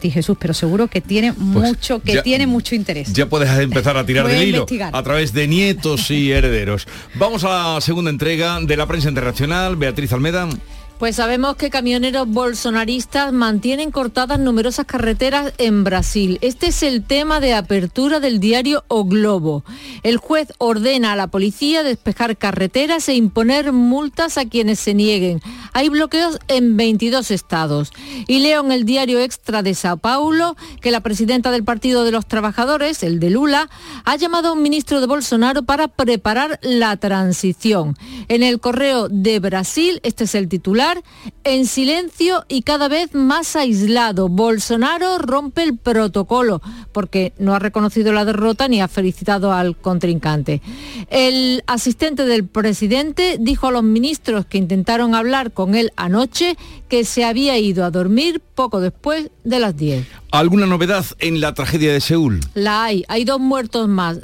ti, Jesús, pero seguro que tiene tiene mucho interés.
Ya puedes empezar a tirar
Voy a
del hilo
investigar.
a través de nietos y herederos. Vamos a la segunda entrega de la prensa internacional. Beatriz Almeda.
Pues sabemos que camioneros bolsonaristas mantienen cortadas numerosas carreteras en Brasil. Este es el tema de apertura del diario O Globo. El juez ordena a la policía despejar carreteras e imponer multas a quienes se nieguen. Hay bloqueos en 22 estados. Y leo en el diario Extra de Sao Paulo que la presidenta del Partido de los Trabajadores, el de Lula, ha llamado a un ministro de Bolsonaro para preparar la transición. En el Correo de Brasil, este es el titular: en silencio y cada vez más aislado, Bolsonaro rompe el protocolo porque no ha reconocido la derrota ni ha felicitado al contrincante. El asistente del presidente dijo a los ministros que intentaron hablar con él anoche que se había ido a dormir poco después de las 10.
¿Alguna novedad en la tragedia de Seúl?
La hay 2 muertos más,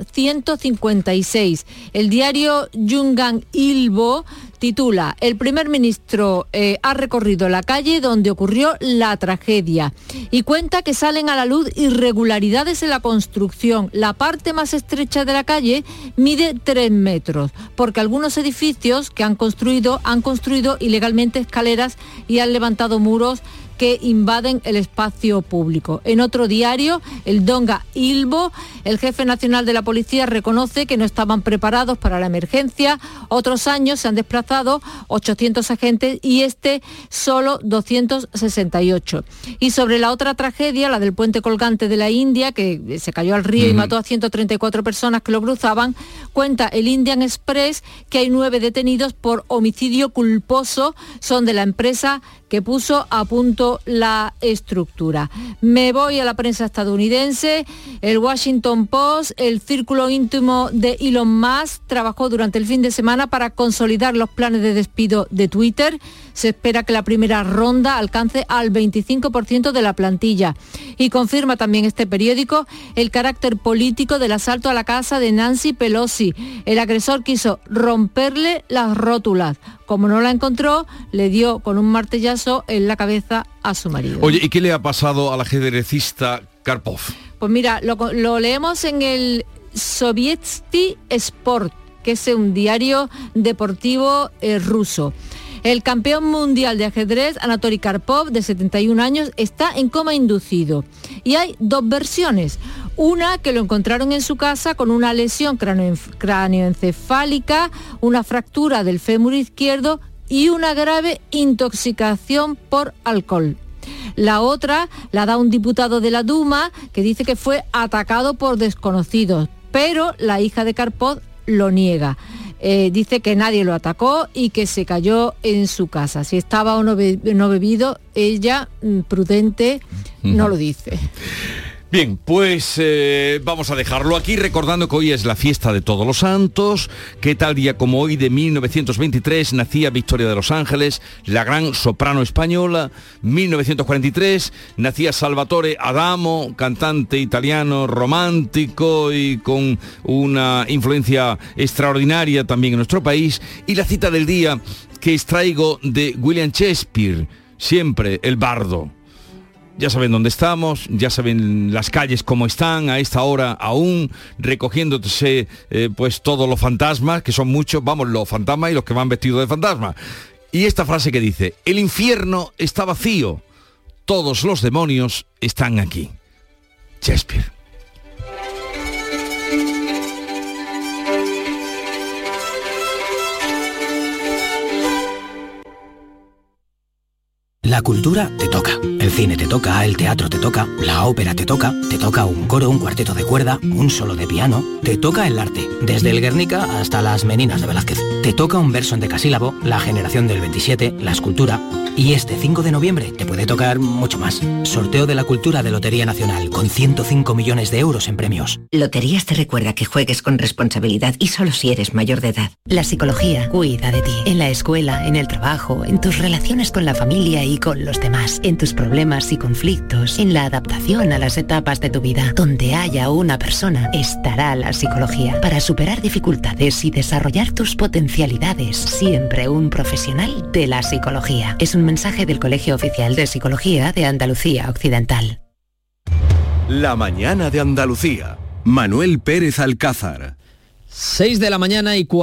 156. El diario Yungan Ilbo titula: el primer ministro ha recorrido la calle donde ocurrió la tragedia y cuenta que salen a la luz irregularidades en la construcción. La parte más estrecha de la calle mide 3 metros, porque algunos edificios que han construido ilegalmente escaleras y han levantado muros que invaden el espacio público. En otro diario, el Donga Ilbo, el jefe nacional de la policía reconoce que no estaban preparados para la emergencia. Otros años se han desplazado 800 agentes y solo 268. Y sobre la otra tragedia, la del puente colgante de la India, que se cayó al río y mató a 134 personas que lo cruzaban, cuenta el Indian Express que hay 9 detenidos por homicidio culposo. Son de la empresa que puso a punto la estructura. Me voy a la prensa estadounidense. El Washington Post, el círculo íntimo de Elon Musk, trabajó durante el fin de semana para consolidar los planes de despido de Twitter. Se espera que la primera ronda alcance al 25% de la plantilla. Y confirma también este periódico el carácter político del asalto a la casa de Nancy Pelosi. El agresor quiso romperle las rótulas. Como no la encontró, le dio con un martillazo en la cabeza a su marido.
Oye, ¿y qué le ha pasado al ajedrecista Karpov?
Pues mira, lo leemos en el Sovietsky Sport, que es un diario deportivo ruso. El campeón mundial de ajedrez, Anatoly Karpov, de 71 años, está en coma inducido. Y hay 2 versiones. Una, que lo encontraron en su casa con una lesión cráneoencefálica, una fractura del fémur izquierdo y una grave intoxicación por alcohol. La otra la da un diputado de la Duma que dice que fue atacado por desconocidos, pero la hija de Karpov lo niega. Dice que nadie lo atacó y que se cayó en su casa. Si estaba o no bebido, ella, prudente, no lo dice.
Bien, pues vamos a dejarlo aquí recordando que hoy es la fiesta de Todos los Santos, que tal día como hoy de 1923 nacía Victoria de los Ángeles, la gran soprano española. 1943 nacía Salvatore Adamo, cantante italiano romántico y con una influencia extraordinaria también en nuestro país. Y la cita del día que extraigo de William Shakespeare, siempre el bardo. Ya saben dónde estamos, ya saben las calles cómo están a esta hora aún, recogiéndose pues todos los fantasmas, que son muchos, vamos, los fantasmas y los que van vestidos de fantasma. Y esta frase que dice: el infierno está vacío, todos los demonios están aquí. Shakespeare.
La cultura te toca, el cine te toca, el teatro te toca, la ópera te toca un coro, un cuarteto de cuerda, un solo de piano, te toca el arte, desde el Guernica hasta las Meninas de Velázquez. Te toca un verso en decasílabo, la generación del 27, la escultura, y este 5 de noviembre te puede tocar mucho más. Sorteo de la cultura de Lotería Nacional, con 105 millones de euros en premios.
Loterías te recuerda que juegues con responsabilidad y solo si eres mayor de edad. La psicología cuida de ti, en la escuela, en el trabajo, en tus relaciones con la familia y con los demás, en tus problemas y conflictos, en la adaptación a las etapas de tu vida. Donde haya una persona, estará la psicología. Para superar dificultades y desarrollar tus potencialidades, siempre un profesional de la psicología. Es un mensaje del Colegio Oficial de Psicología de Andalucía Occidental.
La mañana de Andalucía. Manuel Pérez Alcázar.
6 de la mañana y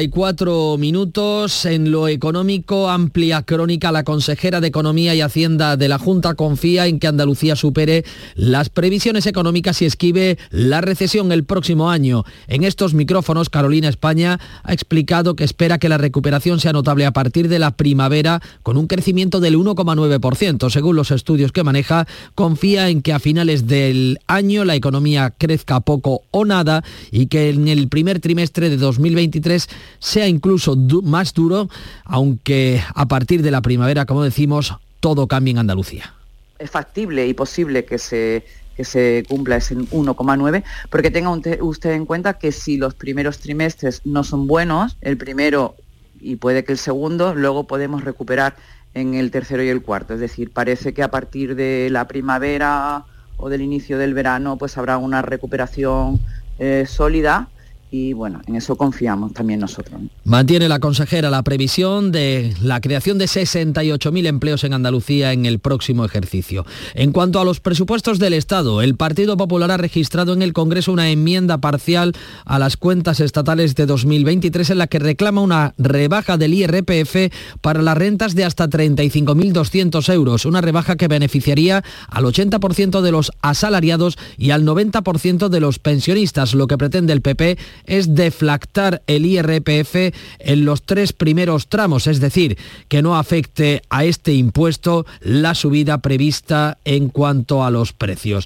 44 minutos. En lo económico, amplia crónica. La consejera de Economía y Hacienda de la Junta confía en que Andalucía supere las previsiones económicas y esquive la recesión el próximo año. En estos micrófonos, Carolina España ha explicado que espera que la recuperación sea notable a partir de la primavera, con un crecimiento del 1,9%. Según los estudios que maneja, confía en que a finales del año la economía crezca poco o nada y que en el primer trimestre de 2023 sea incluso más duro, aunque a partir de la primavera, como decimos, todo cambia en Andalucía.
Es factible y posible que se cumpla ese 1,9, porque tenga usted en cuenta que si los primeros trimestres no son buenos, el primero y puede que el segundo, luego podemos recuperar en el tercero y el cuarto. Es decir, parece que a partir de la primavera o del inicio del verano pues habrá una recuperación sólida. Y bueno, en eso confiamos también nosotros.
Mantiene la consejera la previsión de la creación de 68.000 empleos en Andalucía en el próximo ejercicio. En cuanto a los presupuestos del Estado, el Partido Popular ha registrado en el Congreso una enmienda parcial a las cuentas estatales de 2023 en la que reclama una rebaja del IRPF para las rentas de hasta 35.200 euros, una rebaja que beneficiaría al 80% de los asalariados y al 90% de los pensionistas. Lo que pretende el PP es deflactar el IRPF en los 3 primeros tramos, es decir, que no afecte a este impuesto la subida prevista en cuanto a los precios.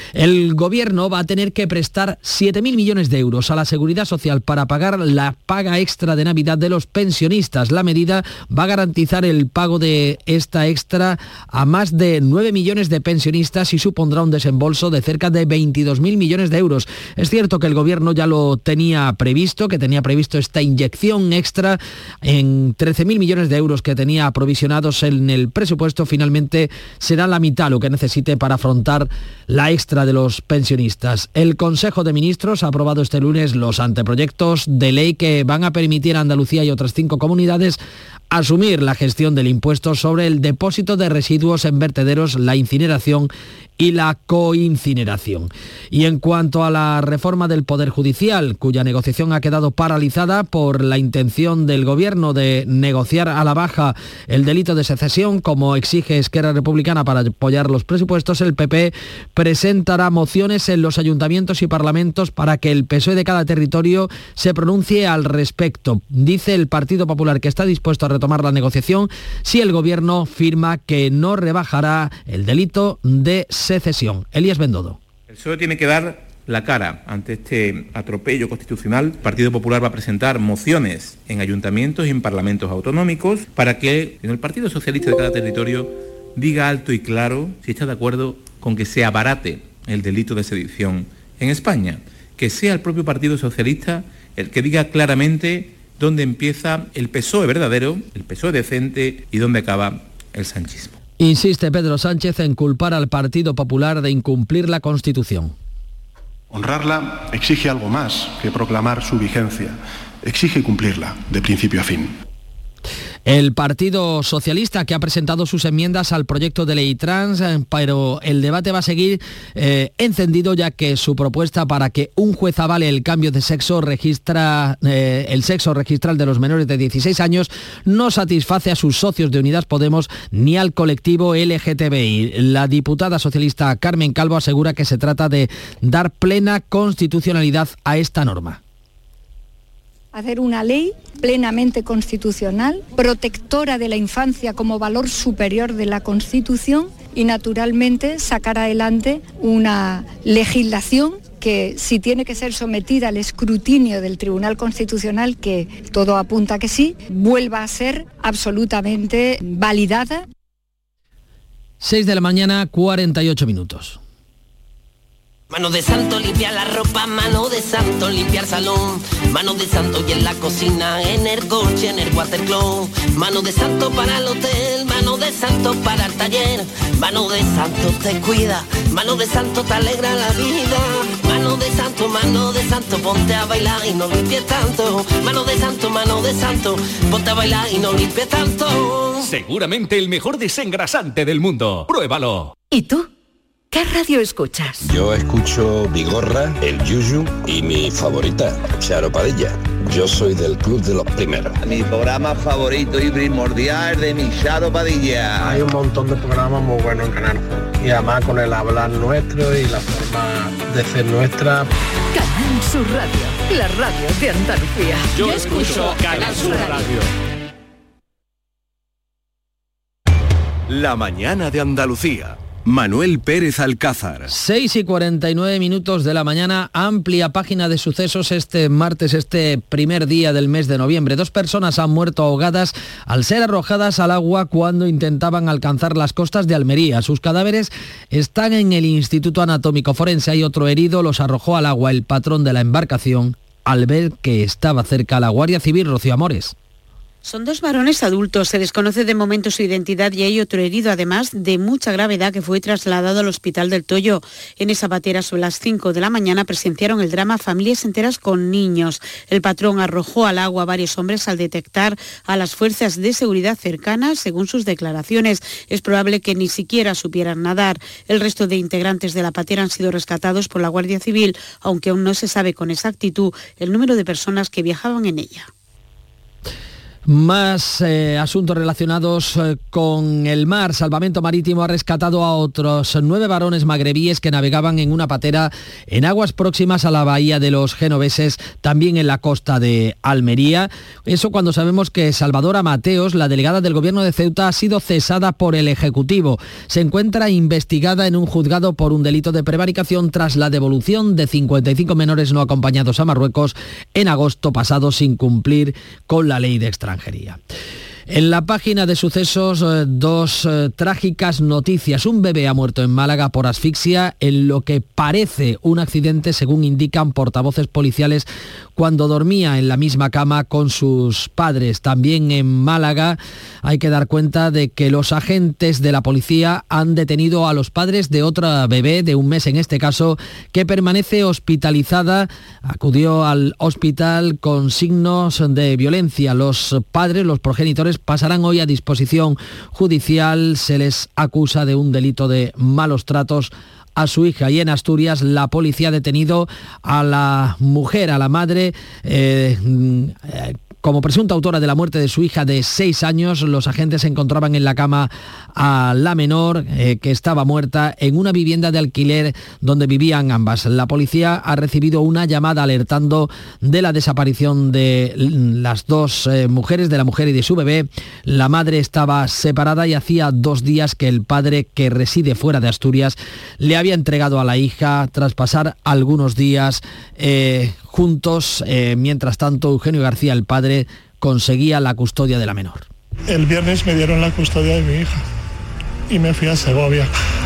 El Gobierno va a tener que prestar 7.000 millones de euros a la Seguridad Social para pagar la paga extra de Navidad de los pensionistas. La medida va a garantizar el pago de esta extra a más de 9 millones de pensionistas y supondrá un desembolso de cerca de 22.000 millones de euros. Es cierto que el Gobierno ya lo tenía previsto esta inyección extra en 13.000 millones de euros que tenía aprovisionados en el presupuesto. Finalmente será la mitad lo que necesite para afrontar la extra de los pensionistas. El Consejo de Ministros ha aprobado este lunes los anteproyectos de ley que van a permitir a Andalucía y otras 5 comunidades asumir la gestión del impuesto sobre el depósito de residuos en vertederos, la incineración y la coincineración. Y en cuanto a la reforma del Poder Judicial, cuya negociación ha quedado paralizada por la intención del Gobierno de negociar a la baja el delito de secesión, como exige Esquerra Republicana para apoyar los presupuestos, el PP presentará mociones en los ayuntamientos y parlamentos para que el PSOE de cada territorio se pronuncie al respecto. Dice el Partido Popular que está dispuesto a retomar la negociación si el Gobierno firma que no rebajará el delito de secesión. Elías Bendodo.
El PSOE tiene que dar la cara ante este atropello constitucional. El Partido Popular va a presentar mociones en ayuntamientos y en parlamentos autonómicos para que el Partido Socialista de cada territorio diga alto y claro si está de acuerdo con que se abarate el delito de sedición en España. Que sea el propio Partido Socialista el que diga claramente dónde empieza el PSOE verdadero, el PSOE decente y dónde acaba el sanchismo.
Insiste Pedro Sánchez en culpar al Partido Popular de incumplir la Constitución.
Honrarla exige algo más que proclamar su vigencia. Exige cumplirla de principio a fin.
El Partido Socialista, que ha presentado sus enmiendas al proyecto de ley trans, pero el debate va a seguir encendido, ya que su propuesta para que un juez avale el cambio de sexo el sexo registral de los menores de 16 años no satisface a sus socios de Unidas Podemos ni al colectivo LGTBI. La diputada socialista Carmen Calvo asegura que se trata de dar plena constitucionalidad a esta norma.
Hacer una ley plenamente constitucional, protectora de la infancia como valor superior de la Constitución y, naturalmente, sacar adelante una legislación que, si tiene que ser sometida al escrutinio del Tribunal Constitucional, que todo apunta que sí, vuelva a ser absolutamente validada.
6 de la mañana, 48 minutos.
Mano de santo limpiar la ropa, mano de santo limpiar salón, mano de santo y en la cocina, en el coche, en el watercloak, mano de santo para el hotel, mano de santo para el taller, mano de santo te cuida, mano de santo te alegra la vida, mano de santo, ponte a bailar y no limpies tanto, mano de santo, ponte a bailar y no limpies tanto.
Seguramente el mejor desengrasante del mundo. Pruébalo.
¿Y tú? ¿Qué radio escuchas?
Yo escucho Vigorra, El Yuyu y mi favorita, Charo Padilla. Yo soy del club de los primeros.
Mi programa favorito y primordial de mi Charo Padilla.
Hay un montón de programas muy buenos en Canal Sur. Y además con el hablar nuestro y la forma de ser nuestra.
Canal Sur Radio, la radio de Andalucía.
Yo escucho Canal Sur Radio.
La mañana de Andalucía. Manuel Pérez Alcázar.
6:49 de la mañana, amplia página de sucesos este martes, este primer día del mes de noviembre. 2 personas han muerto ahogadas al ser arrojadas al agua cuando intentaban alcanzar las costas de Almería. Sus cadáveres están en el Instituto Anatómico Forense. Hay otro herido, los arrojó al agua el patrón de la embarcación al ver que estaba cerca la Guardia Civil. Rocío Amores.
Son 2 varones adultos, se desconoce de momento su identidad y hay otro herido, además de mucha gravedad, que fue trasladado al Hospital del Toyo. En esa patera, sobre las 5 de la mañana, presenciaron el drama familias enteras con niños. El patrón arrojó al agua a varios hombres al detectar a las fuerzas de seguridad cercanas. Según sus declaraciones, es probable que ni siquiera supieran nadar. El resto de integrantes de la patera han sido rescatados por la Guardia Civil, aunque aún no se sabe con exactitud el número de personas que viajaban en ella.
Más asuntos relacionados con el mar. Salvamento Marítimo ha rescatado a otros 9 varones magrebíes que navegaban en una patera en aguas próximas a la bahía de los Genoveses, también en la costa de Almería. Eso cuando sabemos que Salvadora Mateos, la delegada del Gobierno de Ceuta, ha sido cesada por el Ejecutivo. Se encuentra investigada en un juzgado por un delito de prevaricación tras la devolución de 55 menores no acompañados a Marruecos en agosto pasado sin cumplir con la ley de extranjería. En la página de sucesos, 2 trágicas noticias. Un bebé ha muerto en Málaga por asfixia en lo que parece un accidente, según indican portavoces policiales, cuando dormía en la misma cama con sus padres. También en Málaga hay que dar cuenta de que los agentes de la policía han detenido a los padres de otra bebé de 1 mes, en este caso, que permanece hospitalizada. Acudió al hospital con signos de violencia. Los padres, los progenitores, pasarán hoy a disposición judicial. Se les acusa de un delito de malos tratos a su hija. Y en Asturias, la policía ha detenido a la mujer, a la madre, como presunta autora de la muerte de su hija de 6 años. Los agentes encontraban en la cama a la menor, que estaba muerta, en una vivienda de alquiler donde vivían ambas. La policía ha recibido una llamada alertando de la desaparición de las 2 mujeres, de la mujer y de su bebé. La madre estaba separada y hacía 2 días que el padre, que reside fuera de Asturias, le había entregado a la hija tras pasar algunos días juntos. Mientras tanto, Eugenio García, el padre, conseguía la custodia de la menor.
El viernes me dieron la custodia de mi hija y me fui a Segovia.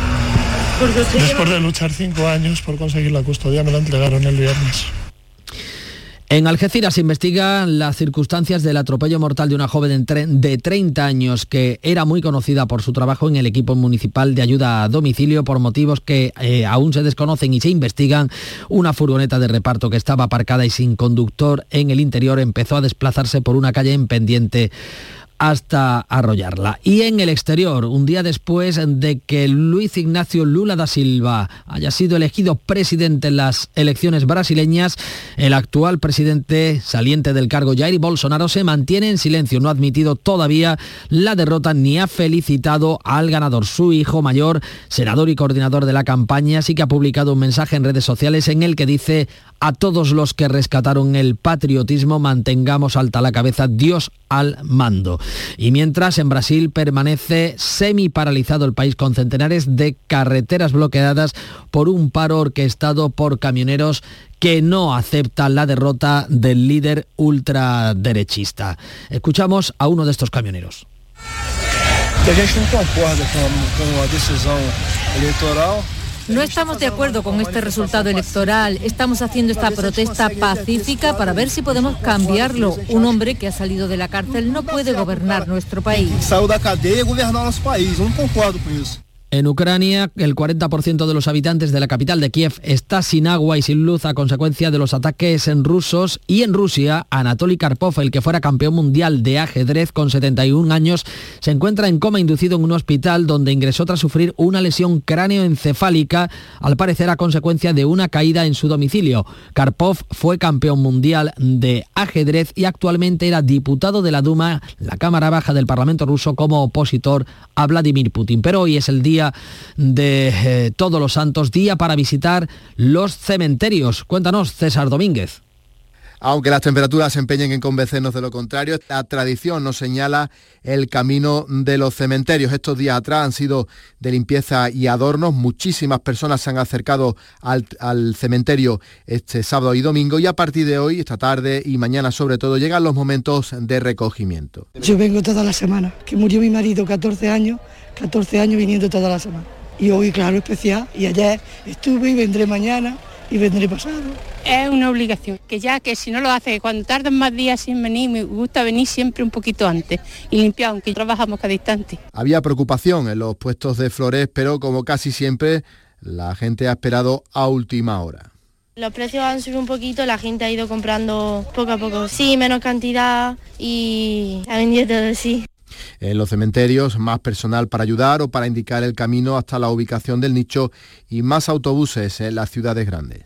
Después de luchar 5 años por conseguir la custodia, me la entregaron el viernes.
En Algeciras se investigan las circunstancias del atropello mortal de una joven de 30 años que era muy conocida por su trabajo en el equipo municipal de ayuda a domicilio. Por motivos que aún se desconocen y se investigan, una furgoneta de reparto que estaba aparcada y sin conductor en el interior empezó a desplazarse por una calle en pendiente hasta arrollarla. Y en el exterior, un día después de que Luiz Ignacio Lula da Silva haya sido elegido presidente en las elecciones brasileñas, el actual presidente saliente del cargo, Jair Bolsonaro, se mantiene en silencio. No ha admitido todavía la derrota ni ha felicitado al ganador. Su hijo mayor, senador y coordinador de la campaña, sí que ha publicado un mensaje en redes sociales en el que dice: a todos los que rescataron el patriotismo, mantengamos alta la cabeza, Dios al mando. Y mientras, en Brasil permanece semi paralizado el país, con centenares de carreteras bloqueadas por un paro orquestado por camioneros que no aceptan la derrota del líder ultraderechista. Escuchamos a uno de estos camioneros.
Que a gente no concorda con la decisión electoral.
No estamos de acuerdo con este resultado electoral. Estamos haciendo esta protesta pacífica para ver si podemos cambiarlo. Un hombre que ha salido de la cárcel no puede gobernar nuestro país.
Salió de la cadena y gobernar nuestro país. No concordo con eso.
En Ucrania, el 40% de los habitantes de la capital de Kiev está sin agua y sin luz a consecuencia de los ataques rusos. Y en Rusia, Anatoly Karpov, el que fuera campeón mundial de ajedrez con 71 años, se encuentra en coma inducido en un hospital donde ingresó tras sufrir una lesión cráneoencefálica, al parecer a consecuencia de una caída en su domicilio. Karpov fue campeón mundial de ajedrez y actualmente era diputado de la Duma, la Cámara Baja del Parlamento ruso, como opositor a Vladimir Putin. Pero hoy es el día de Todos los Santos, día para visitar los cementerios. Cuéntanos, César Domínguez.
Aunque las temperaturas se empeñen en convencernos de lo contrario, la tradición nos señala el camino de los cementerios. Estos días atrás han sido de limpieza y adornos. Muchísimas personas se han acercado al cementerio este sábado y domingo, y a partir de hoy, esta tarde y mañana sobre todo, llegan los momentos de recogimiento.
Yo vengo toda la semana, que murió mi marido 14 años viniendo toda la semana. Y hoy, claro, especial, y ayer estuve y vendré mañana y vendré pasado.
Es una obligación, que si no lo hace, cuando tardan más días sin venir, me gusta venir siempre un poquito antes y limpiar, aunque trabajamos cada instante.
Había preocupación en los puestos de flores, pero como casi siempre, la gente ha esperado a última hora.
Los precios han subido un poquito, la gente ha ido comprando poco a poco. Sí, menos cantidad y ha vendido todo, sí.
En los cementerios, más personal para ayudar o para indicar el camino hasta la ubicación del nicho y más autobuses en las ciudades grandes.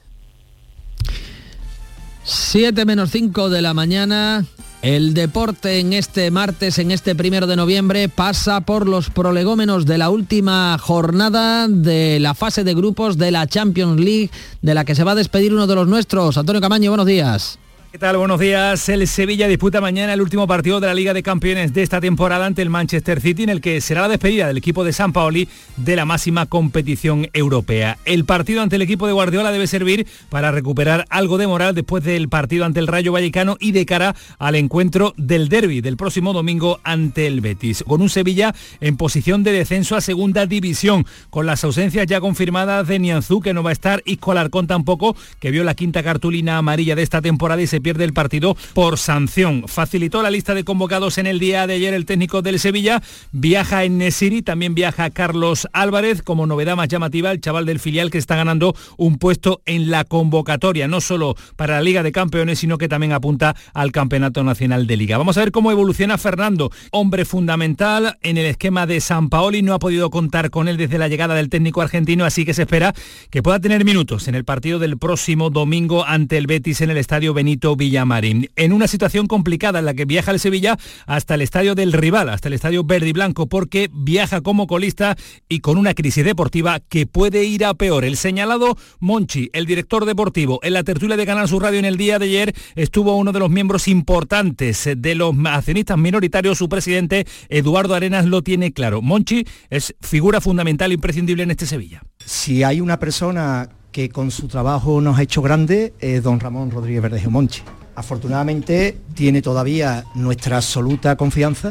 7:05 de la mañana. El deporte en este martes, en este 1 de noviembre, pasa por los prolegómenos de la última jornada de la fase de grupos de la Champions League, de la que se va a despedir uno de los nuestros. Antonio Camaño, buenos días.
¿Qué tal? Buenos días. El Sevilla disputa mañana el último partido de la Liga de Campeones de esta temporada ante el Manchester City, en el que será la despedida del equipo de Sampaoli de la máxima competición europea. El partido ante el equipo de Guardiola debe servir para recuperar algo de moral después del partido ante el Rayo Vallecano y de cara al encuentro del derbi del próximo domingo ante el Betis, con un Sevilla en posición de descenso a segunda división, con las ausencias ya confirmadas de Nianzú, que no va a estar, y Colarcón tampoco, que vio la quinta cartulina amarilla de esta temporada y se pierde el partido por sanción. Facilitó la lista de convocados en el día de ayer el técnico del Sevilla. Viaja En-Nesyri, también viaja Carlos Álvarez, como novedad más llamativa el chaval del filial, que está ganando un puesto en la convocatoria, no solo para la Liga de Campeones, sino que también apunta al Campeonato Nacional de Liga. Vamos a ver cómo evoluciona Fernando, hombre fundamental en el esquema de Sampaoli. No ha podido contar con él desde la llegada del técnico argentino, así que se espera que pueda tener minutos en el partido del próximo domingo ante el Betis en el estadio Benito Villamarín, en una situación complicada en la que viaja el Sevilla hasta el estadio del rival, hasta el estadio verde y blanco, porque viaja como colista y con una crisis deportiva que puede ir a peor. El señalado Monchi, el director deportivo, en la tertulia de Canal Sur Radio en el día de ayer estuvo uno de los miembros importantes de los accionistas minoritarios, su presidente Eduardo Arenas lo tiene claro. Monchi es figura fundamental, imprescindible en este Sevilla.
Si hay una persona que con su trabajo nos ha hecho grande, es don Ramón Rodríguez Verdejo Monchi. Afortunadamente tiene todavía nuestra absoluta confianza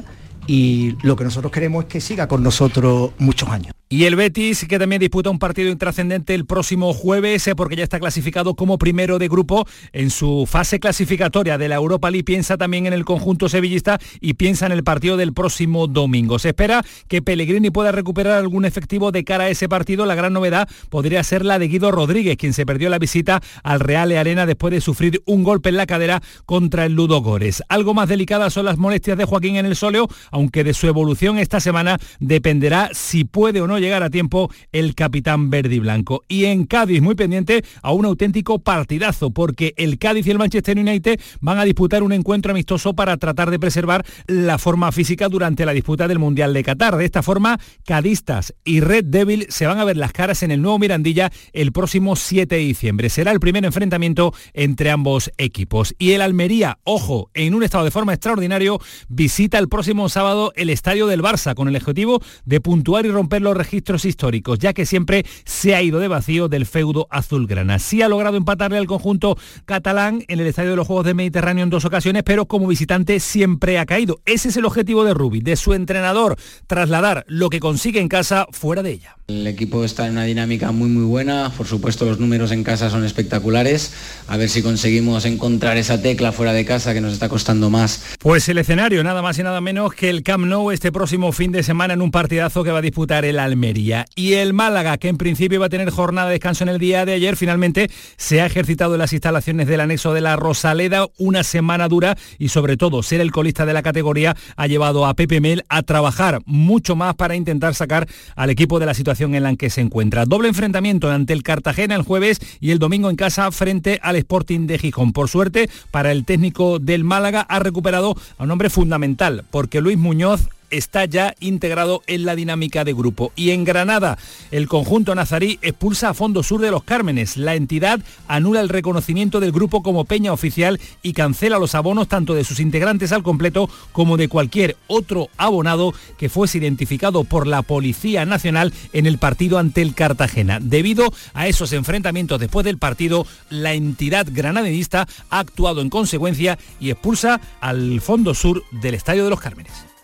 y lo que nosotros queremos es que siga con nosotros muchos años.
Y el Betis, que también disputa un partido intrascendente el próximo jueves, porque ya está clasificado como primero de grupo en su fase clasificatoria de la Europa League. Piensa también en el conjunto sevillista y piensa en el partido del próximo domingo. Se espera que Pellegrini pueda recuperar algún efectivo de cara a ese partido. La gran novedad podría ser la de Guido Rodríguez, quien se perdió la visita al Real Arena después de sufrir un golpe en la cadera contra el Ludogorets. Algo más delicadas son las molestias de Joaquín en el sóleo, aunque de su evolución esta semana dependerá si puede o no llegar a tiempo el capitán verde y blanco. Y en Cádiz, muy pendiente a un auténtico partidazo, porque el Cádiz y el Manchester United van a disputar un encuentro amistoso para tratar de preservar la forma física durante la disputa del Mundial de Qatar. De esta forma, cadistas y Red Devil se van a ver las caras en el nuevo Mirandilla el próximo 7 de diciembre. Será el primer enfrentamiento entre ambos equipos. Y el Almería, ojo, en un estado de forma extraordinario, visita el próximo sábado el estadio del Barça con el objetivo de puntuar y romper los registros históricos, ya que siempre se ha ido de vacío del feudo azulgrana. Sí ha logrado empatarle al conjunto catalán en el estadio de los Juegos del Mediterráneo en 2 ocasiones, pero como visitante siempre ha caído. Ese es el objetivo de Rubi, de su entrenador, trasladar lo que consigue en casa fuera de ella.
El equipo está en una dinámica muy buena, por supuesto los números en casa son espectaculares, a ver si conseguimos encontrar esa tecla fuera de casa que nos está costando más.
Pues el escenario nada más y nada menos que el Camp Nou este próximo fin de semana en un partidazo que va a disputar el Almería. Y el Málaga, que en principio iba a tener jornada de descanso en el día de ayer, finalmente se ha ejercitado en las instalaciones del anexo de la Rosaleda. Una semana dura y sobre todo ser el colista de la categoría ha llevado a Pepe Mel a trabajar mucho más para intentar sacar al equipo de la situación en la que se encuentra. Doble enfrentamiento ante el Cartagena el jueves y el domingo en casa frente al Sporting de Gijón. Por suerte, para el técnico del Málaga ha recuperado a un hombre fundamental, porque Luis Muñoz está ya integrado en la dinámica de grupo. Y en Granada, el conjunto nazarí expulsa a Fondo Sur de los Cármenes. La entidad anula el reconocimiento del grupo como peña oficial y cancela los abonos tanto de sus integrantes al completo como de cualquier otro abonado que fuese identificado por la Policía Nacional en el partido ante el Cartagena. Debido a esos enfrentamientos después del partido, la entidad granadinista ha actuado en consecuencia y expulsa al Fondo Sur del Estadio de los Cármenes.